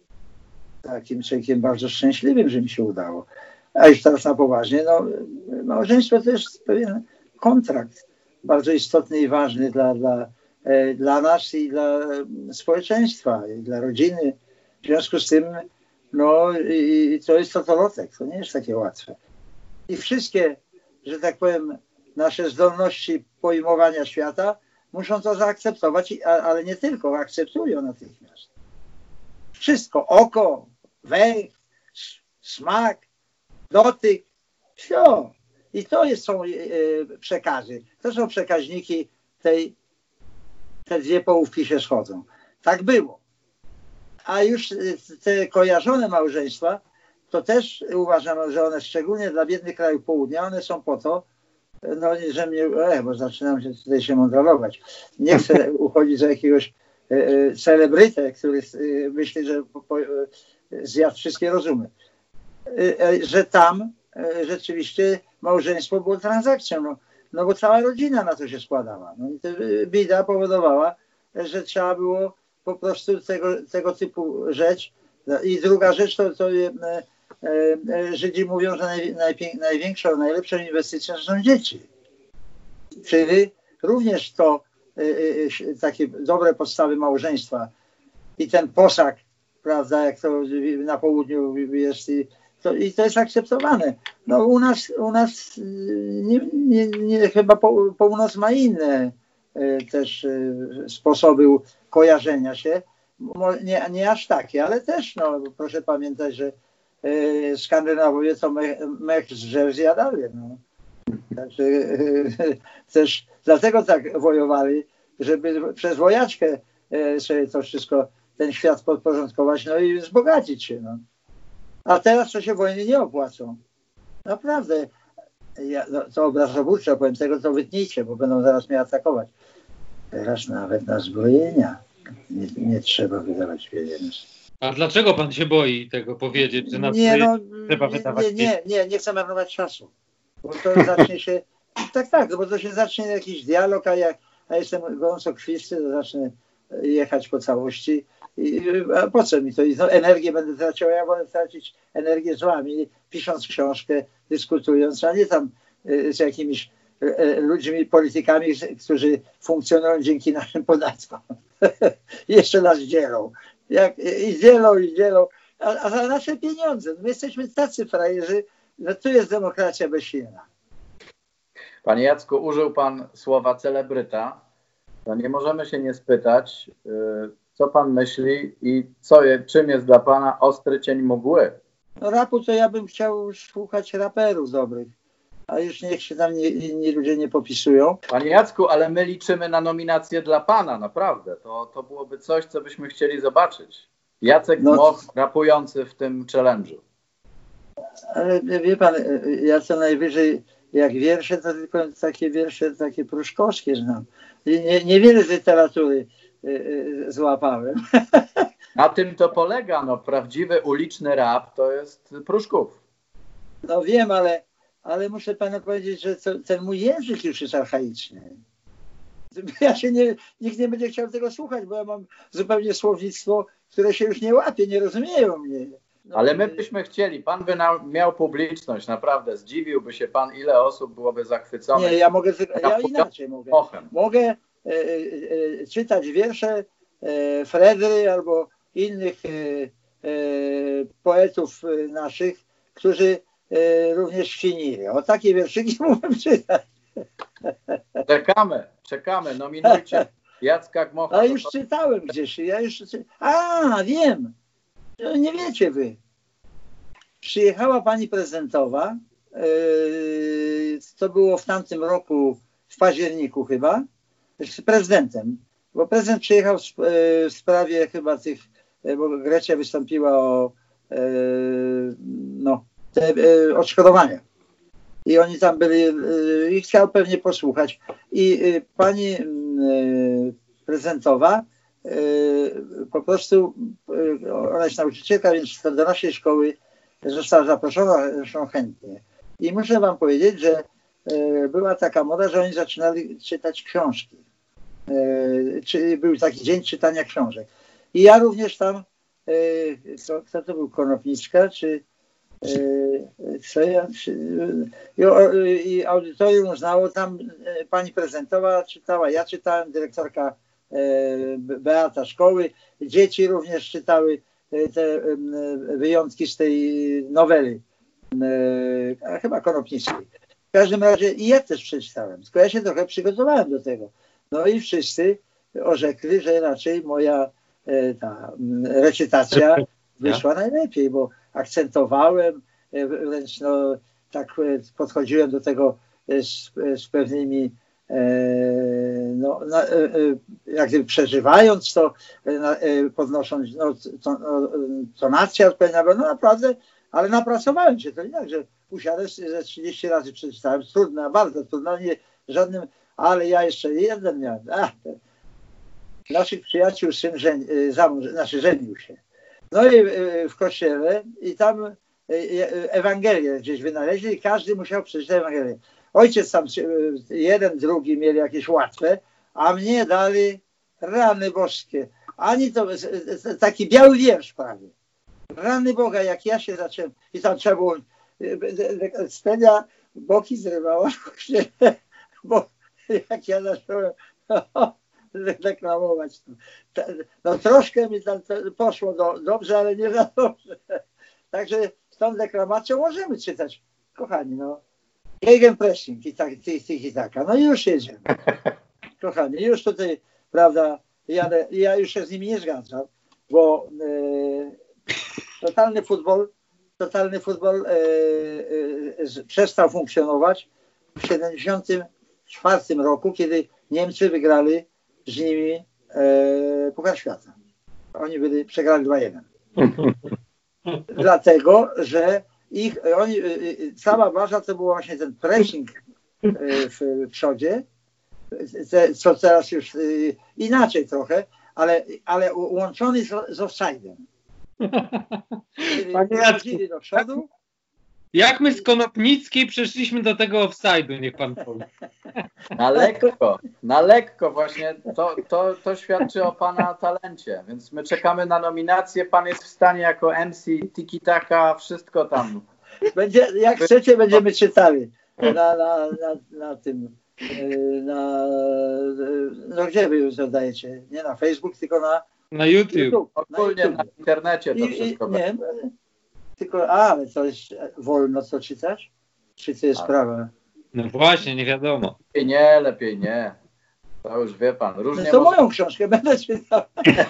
E: takim człowiekiem bardzo szczęśliwym, że mi się udało. A już teraz na poważnie, no małżeństwo to jest pewien kontrakt bardzo istotny i ważny dla nas i dla społeczeństwa, i dla rodziny. W związku z tym, no i to jest totolotek, to nie jest takie łatwe. I wszystkie, że tak powiem, nasze zdolności pojmowania świata muszą to zaakceptować, ale nie tylko, akceptują natychmiast. Wszystko, oko, węch, smak, dotyk, wszystko. I to są przekazy. To są przekaźniki te dwie połówki się schodzą. Tak było. A już te kojarzone małżeństwa, to też uważam, że one szczególnie dla biednych krajów południa, one są po to, no że mnie, bo zaczynam się tutaj się mądralować. Nie chcę uchodzić za jakiegoś celebrytę, który myśli, że zjadł wszystkie rozumy. Że tam rzeczywiście małżeństwo było transakcją, no bo cała rodzina na to się składała. No i bieda powodowała, że trzeba było po prostu tego typu rzecz. I druga rzecz to Żydzi mówią, że największą, najlepszą inwestycją są dzieci. Czyli również to takie dobre podstawy małżeństwa i ten posag, prawda, jak to na południu jest i to jest akceptowane. No u nas chyba północ ma inne też sposoby kojarzenia się. Nie aż takie, ale też no, proszę pamiętać, że Skandynawowie to mech z drzew zjadali. No. Także też dlatego tak wojowali, żeby przez wojaczkę sobie to wszystko, ten świat podporządkować, no i wzbogacić się. No. A teraz to się wojny nie opłacą. Naprawdę. To obrazobójcze, powiem tego, to wytnijcie, bo będą zaraz mnie atakować. Teraz nawet na zbrojenia nie trzeba wydawać pieniędzy.
A: A dlaczego pan się boi tego powiedzieć, że na trzeba wydawać pieniędzy?
E: Nie chcę marnować czasu. Bo to zacznie się... Tak, bo to się zacznie jakiś dialog, a jestem gorąco krwisty, to zacznę jechać po całości A po co mi to? I energię będę tracił, ja wolę tracić energię z wami, pisząc książkę, dyskutując, a nie tam z jakimiś ludźmi, politykami, którzy funkcjonują dzięki naszym podatkom. Jeszcze nas dzielą. I dzielą. A za nasze pieniądze. My jesteśmy tacy frajerzy, że tu jest demokracja bezsilna.
B: Panie Jacku, użył pan słowa celebryta. No nie możemy się nie spytać, co pan myśli i czym jest dla pana ostry cień mgły?
E: No rapu to ja bym chciał słuchać raperów dobrych, a już niech się tam inni ludzie nie popisują.
B: Panie Jacku, ale my liczymy na nominację dla pana, naprawdę. To byłoby coś, co byśmy chcieli zobaczyć. Jacek Gmoch rapujący w tym challenge'u.
E: Ale wie pan, ja co najwyżej jak wiersze, to tylko takie wiersze, takie pruszkowskie znam. Niewiele z literatury złapałem.
B: Na tym to polega, no prawdziwy uliczny rap to jest Pruszków.
E: No wiem, ale muszę panu powiedzieć, że ten mój język już jest archaiczny. Nikt nie będzie chciał tego słuchać, bo ja mam zupełnie słownictwo, które się już nie łapie, nie rozumieją mnie. No,
B: ale my byśmy chcieli, pan by miał publiczność, naprawdę, zdziwiłby się pan, ile osób byłoby zachwyconych.
E: Nie, ja inaczej mogę. Mogę czytać wiersze Fredry albo innych poetów naszych, którzy również świnili. O takie wierszyki mógłbym czytać.
B: Czekamy, nominujcie Jacka Gmocha.
E: A już czytałem gdzieś. Wiem. Nie wiecie wy. Przyjechała pani prezydentowa, to było w tamtym roku, w październiku chyba, z prezydentem, bo prezydent przyjechał w sprawie chyba tych, bo Grecja wystąpiła o te odszkodowania. I oni tam byli i chciał pewnie posłuchać. I pani prezydentowa po prostu, ona jest nauczycielka, więc do naszej szkoły została zaproszona, zresztą chętnie. I muszę wam powiedzieć, że była taka moda, że oni zaczynali czytać książki. Był taki dzień czytania książek. I ja również tam, kto to był, Konopnicka, i audytorium znało, tam pani prezentowa czytała, ja czytałem, dyrektorka Beata szkoły, dzieci również czytały te wyjątki z tej noweli, chyba Konopnickiej. W każdym razie i ja też przeczytałem, tylko ja się trochę przygotowałem do tego. No i wszyscy orzekli, że raczej moja ta recytacja wyszła najlepiej, bo akcentowałem, wręcz tak podchodziłem do tego z pewnymi, jak gdyby przeżywając to, podnosząc tonację odpowiednią, naprawdę, ale napracowałem się, to nie tak, że usiadłem, ze 30 razy przeczytałem, trudna, bardzo trudna, nie żadnym, ale ja jeszcze jeden miałem. Naszych przyjaciół syn żenił się. No i w kościele i tam Ewangelię gdzieś wynaleźli i każdy musiał przeczytać Ewangelię. Ojciec tam jeden, drugi mieli jakieś łatwe, a mnie dali rany boskie. Ani to taki biały wiersz prawie. Rany Boga, jak ja się zacząłem i tam trzeba było Stenia boki zrywała w kościele, bo jak ja zacząłem reklamować to. No troszkę mi tam poszło dobrze, ale nie za dobrze. Także z tą deklamacją możemy czytać, kochani, Gegenpressing i taka. No i już jedziemy. Kochani, już tutaj, prawda, ja już się z nimi nie zgadzam, bo totalny futbol przestał funkcjonować w 1974 roku, kiedy Niemcy wygrali z nimi Puchar Świata. Oni przegrali 2-1. Dlatego, że cała baza to był właśnie ten pressing w przodzie, co teraz już inaczej trochę, ale łączony z offside'em. Chodzili do przodu
A: Jak my z Konopnickiej przeszliśmy do tego offside'u, niech pan powie.
B: Na lekko właśnie. To świadczy o pana talencie, więc my czekamy na nominację. Pan jest w stanie jako MC Tiki Taka wszystko tam.
E: Jak chcecie, będziemy czytali na tym. No gdzie wy już dodajecie? Nie na Facebook, tylko
A: na YouTube.
B: Ogólnie na internecie to wszystko
E: nie, tylko, ale to jest wolno co czytać? Czy to jest prawa?
A: No właśnie, nie wiadomo.
B: Lepiej nie. To już wie pan. Różnie
E: no to moją książkę będę czytał.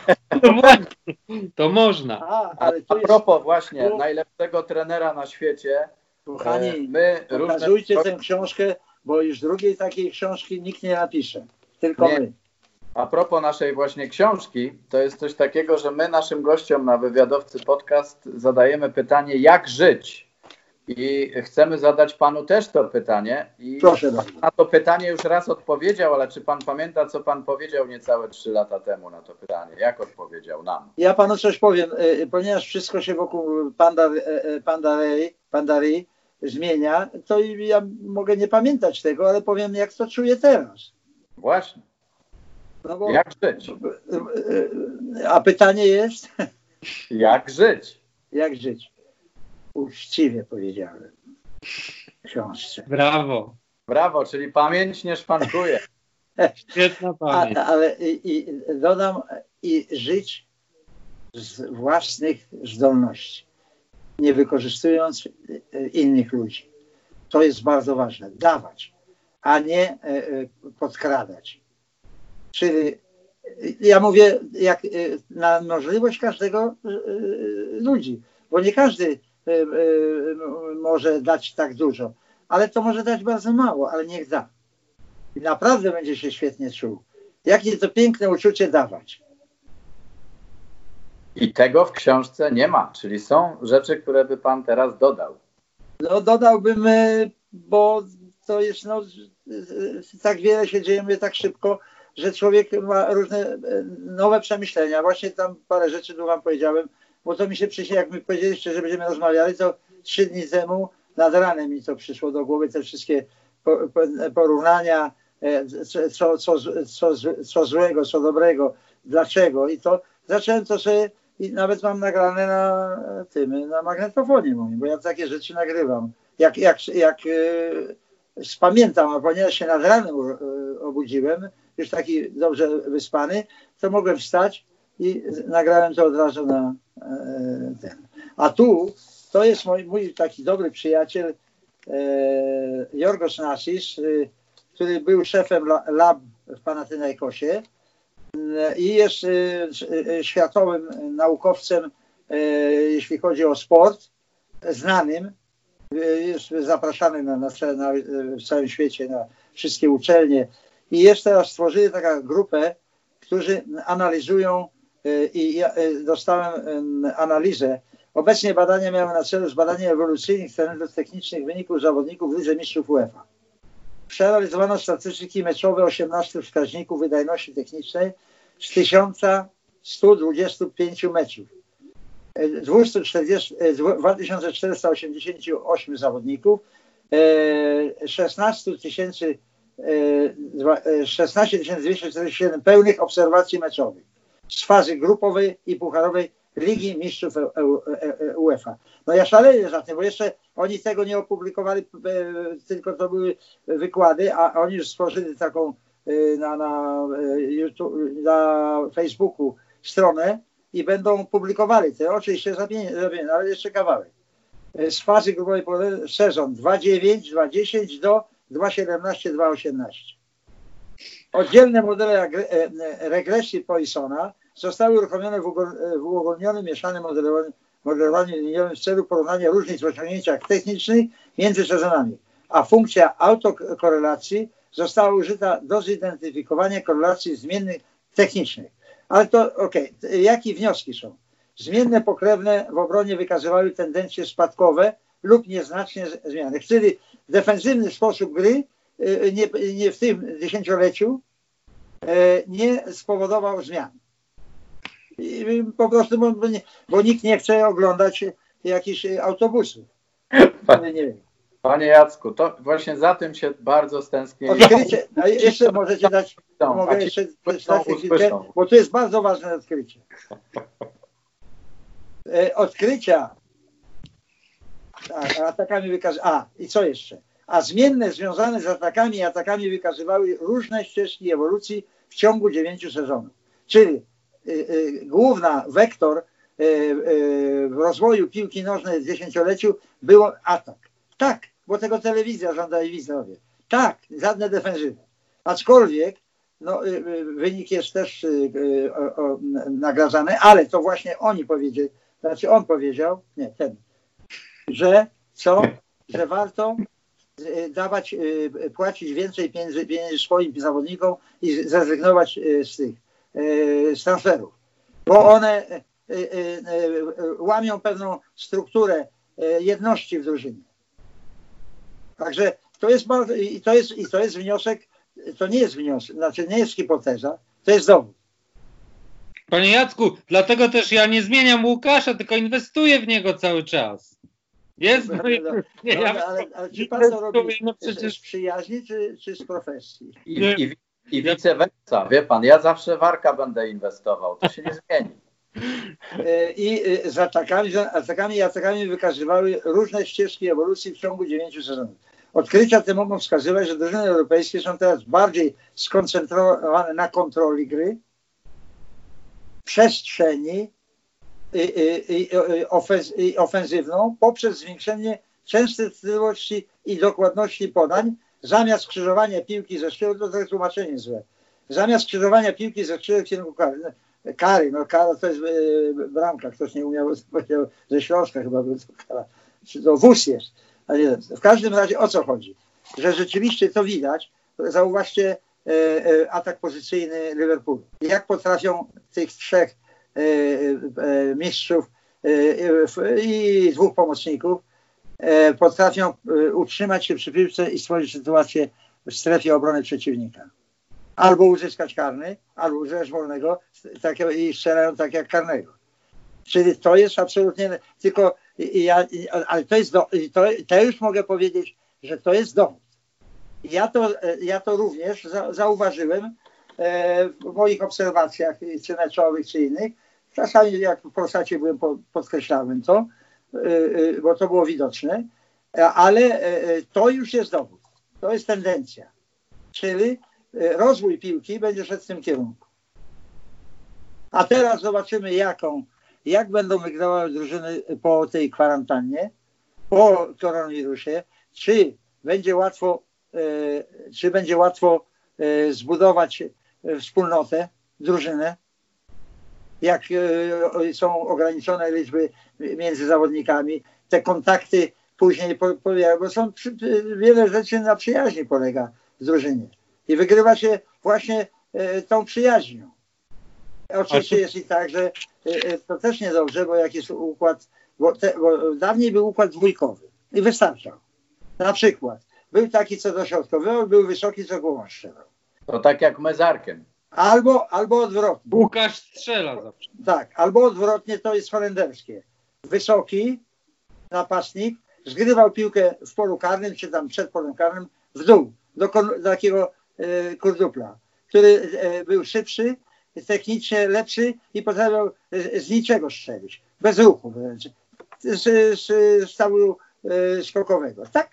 A: To można.
B: A propos właśnie najlepszego trenera na świecie.
E: Kochani, pokazujcie tę książkę, bo już drugiej takiej książki nikt nie napisze. Tylko my.
B: A propos naszej właśnie książki, to jest coś takiego, że my naszym gościom na Wywiadowcy Podcast zadajemy pytanie, jak żyć? I chcemy zadać panu też to pytanie. I
E: proszę bardzo.
B: Na to pytanie już raz odpowiedział, ale czy pan pamięta, co pan powiedział niecałe 3 lata temu na to pytanie? Jak odpowiedział nam?
E: Ja panu coś powiem, ponieważ wszystko się wokół Pandary zmienia, to ja mogę nie pamiętać tego, ale powiem, jak to czuję teraz.
B: Właśnie. No bo, jak żyć?
E: A pytanie jest?
B: Jak żyć?
E: Jak żyć? Uczciwie powiedziałem w książce.
A: Brawo,
B: czyli pamięć nie szwankuje.
A: Świetna pamięć.
E: Ale dodam, i żyć z własnych zdolności, nie wykorzystując innych ludzi. To jest bardzo ważne. Dawać, a nie podkradać. Czyli ja mówię jak na możliwość każdego ludzi, bo nie każdy może dać tak dużo, ale to może dać bardzo mało, ale niech da. I naprawdę będzie się świetnie czuł. Jakie to piękne uczucie dawać.
B: I tego w książce nie ma, czyli są rzeczy, które by pan teraz dodał.
E: No dodałbym, bo to jest tak wiele się dzieje tak szybko, że człowiek ma różne nowe przemyślenia. Właśnie tam parę rzeczy tu wam powiedziałem, bo to mi się przyśniło, jak mi powiedzieliście, że będziemy rozmawiali, to 3 dni temu nad ranem mi to przyszło do głowy, te wszystkie porównania, co złego, co dobrego, dlaczego. I to zacząłem to sobie, i nawet mam nagrane na magnetofonie moim, bo ja takie rzeczy nagrywam. Jak spamiętam, a ponieważ się nad ranem obudziłem, już taki dobrze wyspany, to mogłem wstać i nagrałem to od razu na ten. A tu to jest mój taki dobry przyjaciel Jorgos Nasis, który był szefem lab w Panathinaikosie i jest światowym naukowcem, jeśli chodzi o sport, znanym. Jest zapraszany w całym świecie na wszystkie uczelnie. I jest teraz stworzyli taką grupę, którzy analizują i ja dostałem analizę. Obecnie badania miały na celu zbadanie ewolucyjnych trendów technicznych wyników zawodników w Lidze Mistrzów UEFA. Przeanalizowano statystyki meczowe 18 wskaźników wydajności technicznej z 1125 meczów. 2488 zawodników, 16 247 pełnych obserwacji meczowych z fazy grupowej i pucharowej Ligi Mistrzów UEFA. No ja szaleję za tym, bo jeszcze oni tego nie opublikowali, tylko to były wykłady, a oni już stworzyli taką na Facebooku stronę i będą publikowali to. Oczywiście zabiję, ale jeszcze kawałek. Z fazy grupowej sezon 2.9, 2.10 do 2.17, 2.18. Oddzielne modele regresji Poissona zostały uruchomione w uogólnionym mieszanym modelowaniu liniowym w celu porównania różnic w osiągnięciach technicznych między sezonami, a funkcja autokorelacji została użyta do zidentyfikowania korelacji zmiennych technicznych. Ale to jakie wnioski są? Zmienne pokrewne w obronie wykazywały tendencje spadkowe lub nieznaczne zmiany. Czyli defensywny sposób gry nie w tym dziesięcioleciu nie spowodował zmian. I po prostu, bo nikt nie chce oglądać jakichś autobusów. Nie.
B: Panie Jacku, to właśnie za tym się bardzo stęskniłem.
E: Odkrycie, a jeszcze możecie dać, mogę jeszcze przeczytać chwilkę, bo to jest bardzo ważne odkrycie. Odkrycia atakami i co jeszcze? A zmienne związane z atakami i atakami wykazywały różne ścieżki ewolucji w ciągu 9 sezonów. Czyli główna wektor w rozwoju piłki nożnej w dziesięcioleciu było atak. Tak, bo tego telewizja żąda i widzowie. Tak, żadne defensywy. Aczkolwiek wynik jest też nagradzany, ale to właśnie oni powiedzieli, znaczy on powiedział, nie, ten, że warto płacić więcej pieniędzy swoim zawodnikom i zrezygnować z transferów, bo one łamią pewną strukturę jedności w drużynie. Także to jest bardzo, to jest wniosek, to nie jest wniosek, znaczy nie jest hipoteza, to jest dowód.
A: Panie Jacku, dlatego też ja nie zmieniam Łukasza, tylko inwestuję w niego cały czas. Jest
E: ale czy pan to robi z przyjaźni, czy z profesji?
B: I vice versa, wie pan, ja zawsze w Arka będę inwestował, to się nie zmieni.
E: I z atakami wykazywały różne ścieżki ewolucji w ciągu 9 sezonów. Odkrycia te mogą wskazywać, że drużyny europejskie są teraz bardziej skoncentrowane na kontroli gry, przestrzeni i ofensywną poprzez zwiększenie częstotliwości i dokładności podań zamiast skrzyżowania piłki ze sztylu, to jest tłumaczenie złe, zamiast skrzyżowania piłki ze sztylu w kierunku kary, kara to jest bramka, ktoś nie umiał, powiedział ze Śląska chyba był to kara, czy to wóz jest, ale nie, w każdym razie o co chodzi, że rzeczywiście to widać, zauważcie atak pozycyjny Liverpoolu, jak potrafią tych 3 mistrzów i 2 pomocników potrafią utrzymać się przy piłce i stworzyć sytuację w strefie obrony przeciwnika. Albo uzyskać karny, albo używać wolnego i strzelają tak jak karnego. Czyli to jest absolutnie, tylko ale to już mogę powiedzieć, że to jest dowód. Ja to również zauważyłem w moich obserwacjach, czy meczowych, czy innych. Czasami jak w Polsacie byłem, podkreślałem to, bo to było widoczne, ale to już jest dowód. To jest tendencja. Czyli rozwój piłki będzie szedł w tym kierunku. A teraz zobaczymy, jak będą wyglądały drużyny po tej kwarantannie, po koronawirusie, czy będzie łatwo zbudować wspólnotę, drużynę, jak są ograniczone liczby między zawodnikami, te kontakty później bo są wiele rzeczy na przyjaźni polega w drużynie i wygrywa się właśnie tą przyjaźnią. Oczywiście jest i tak, że to też niedobrze, bo jak jest układ, bo dawniej był układ dwójkowy i wystarczał. Na przykład był taki, co dośrodkowy, był wysoki, co głową strzelał.
B: To tak jak my z Arkiem.
E: Albo odwrotnie.
A: Łukasz strzela zawsze.
E: Tak, albo odwrotnie, to jest holenderskie. Wysoki napastnik zgrywał piłkę w polu karnym, czy tam przed polem karnym, w dół, do takiego kurdupla, który był szybszy, technicznie lepszy i potrafił z niczego strzelić. Bez ruchu wręcz. Z stawu skokowego. Tak?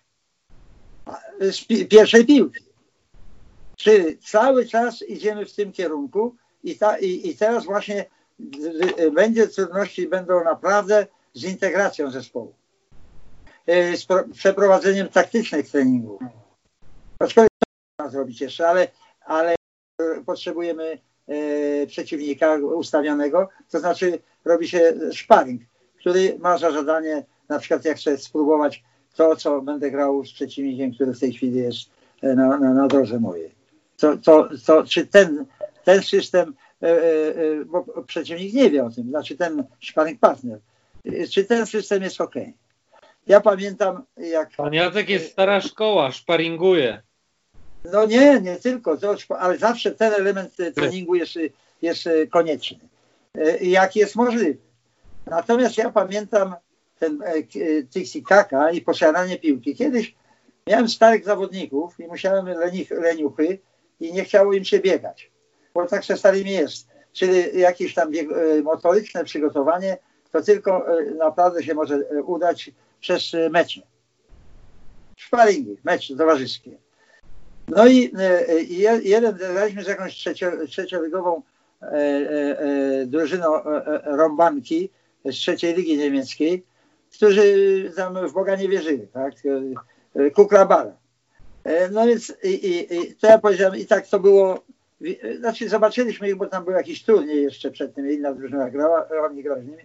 E: Z pierwszej piłki. Czyli cały czas idziemy w tym kierunku i teraz właśnie będzie trudności będą naprawdę z integracją zespołu. Z przeprowadzeniem taktycznych treningów. Aczkolwiek to można zrobić jeszcze, ale potrzebujemy przeciwnika ustawionego, to znaczy robi się sparring, który ma za zadanie, na przykład jak chcę spróbować to, co będę grał z przeciwnikiem, który w tej chwili jest na drodze mojej. Czy ten system, bo przeciwnik nie wie o tym, znaczy ten sparring partner, czy ten system jest ok. Ja pamiętam, jak...
A: Pan Jacek jest stara szkoła, szparinguje.
E: No nie tylko, ale zawsze ten element treningu jest konieczny, jak jest możliwy. Natomiast ja pamiętam ten tiki-taka i posiadanie piłki. Kiedyś miałem starych zawodników i musiałem leniuchy i nie chciało im się biegać, bo tak ze starymi jest. Czyli jakieś tam motoryczne przygotowanie, to tylko naprawdę się może udać przez mecze. Sparingi, mecze towarzyskie. No i graliśmy z jakąś trzecioligową drużyną rąbanki z trzeciej ligi niemieckiej, którzy tam w Boga nie wierzyli, tak? Kuklabara. No więc to ja powiedziałem, i tak to było, znaczy zobaczyliśmy ich, bo tam był jakiś turniej jeszcze przed tym, inna drużyna grała, oni grali z nimi.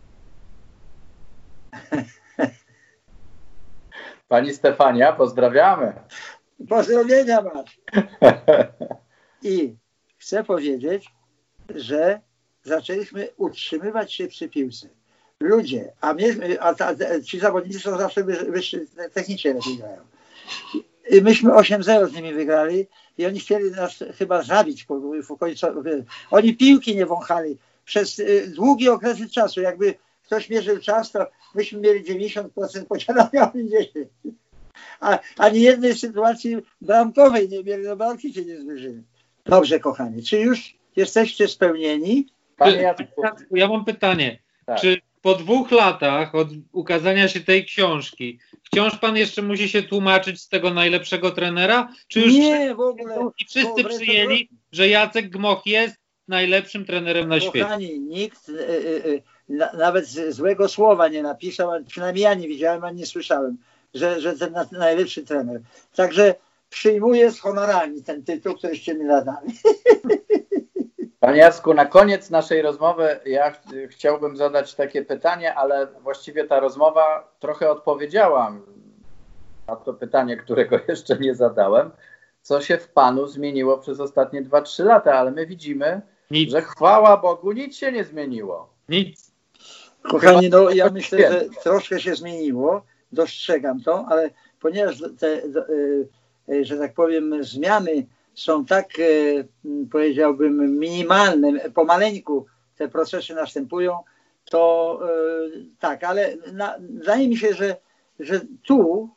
B: Pani Stefania, pozdrawiamy.
E: Pozdrowienia masz. I chcę powiedzieć, że zaczęliśmy utrzymywać się przy piłce. Ludzie, ci zawodnicy są zawsze wyższy, technicznie lepiej grają. I myśmy 8-0 z nimi wygrali i oni chcieli nas chyba zabić w końcu. Oni piłki nie wąchali przez długie okresy czasu. Jakby ktoś mierzył czas, to myśmy mieli 90% posiadania, oni 10%. Ani jednej sytuacji bramkowej nie mieli, do bramki się nie zbliżyli. Dobrze, kochani, czy już jesteście spełnieni?
A: Ja mam pytanie.
B: Tak.
A: Czy po 2 latach od ukazania się tej książki wciąż pan jeszcze musi się tłumaczyć z tego najlepszego trenera? Czy już
E: nie, w ogóle.
A: I wszyscy przyjęli, że Jacek Gmoch jest najlepszym trenerem na świecie?
E: Kochani, nikt nawet złego słowa nie napisał, przynajmniej ja nie widziałem, ani nie słyszałem, że ten najlepszy trener. Także przyjmuję z honorami ten tytuł, któryście mi nadali.
B: Panie Jacku, na koniec naszej rozmowy ja chciałbym zadać takie pytanie, ale właściwie ta rozmowa trochę odpowiedziała na to pytanie, którego jeszcze nie zadałem. Co się w Panu zmieniło przez ostatnie 2-3 lata, ale my widzimy, że chwała Bogu nic się nie zmieniło.
A: Nic.
E: Kochani, no ja myślę, że troszkę się zmieniło, dostrzegam to, ale ponieważ te, że tak powiem, zmiany są tak, powiedziałbym, minimalne, pomaleńku te procesy następują, to tak, ale wydaje mi się, że tu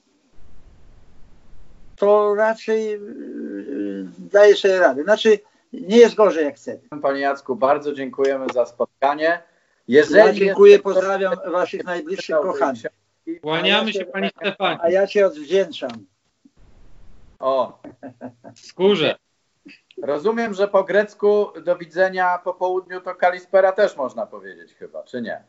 E: to raczej daje sobie radę. Znaczy nie jest gorzej jak wtedy.
B: Panie Jacku, bardzo dziękujemy za spotkanie.
E: Ja dziękuję, pozdrawiam waszych najbliższych kochanych.
A: Kłaniamy się Pani Stefanii.
E: A ja cię odwdzięczam.
B: O.
A: Skórze.
B: Rozumiem, że po grecku do widzenia po południu to kalispera też można powiedzieć chyba, czy nie?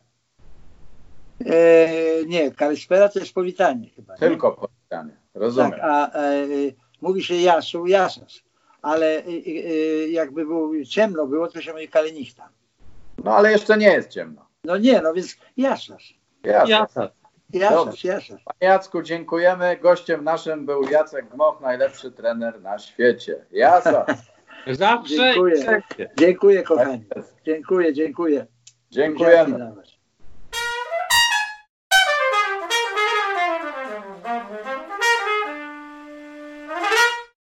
E: Nie, kalispera to jest powitanie chyba.
B: Tylko nie? Powitanie, rozumiem.
E: Tak, a mówi się jasu, jasas, ale jakby ciemno było, to się mówi kalenichta.
B: No ale jeszcze nie jest ciemno.
E: No nie, no więc jasas.
A: Jasas.
B: Panie Jacku, dziękujemy. Gościem naszym był Jacek Gmoch, najlepszy trener na świecie. Jasas.
A: Zawsze.
E: Dziękuję. Dziękuję, kochani. Dziękuję.
B: Dziękujemy.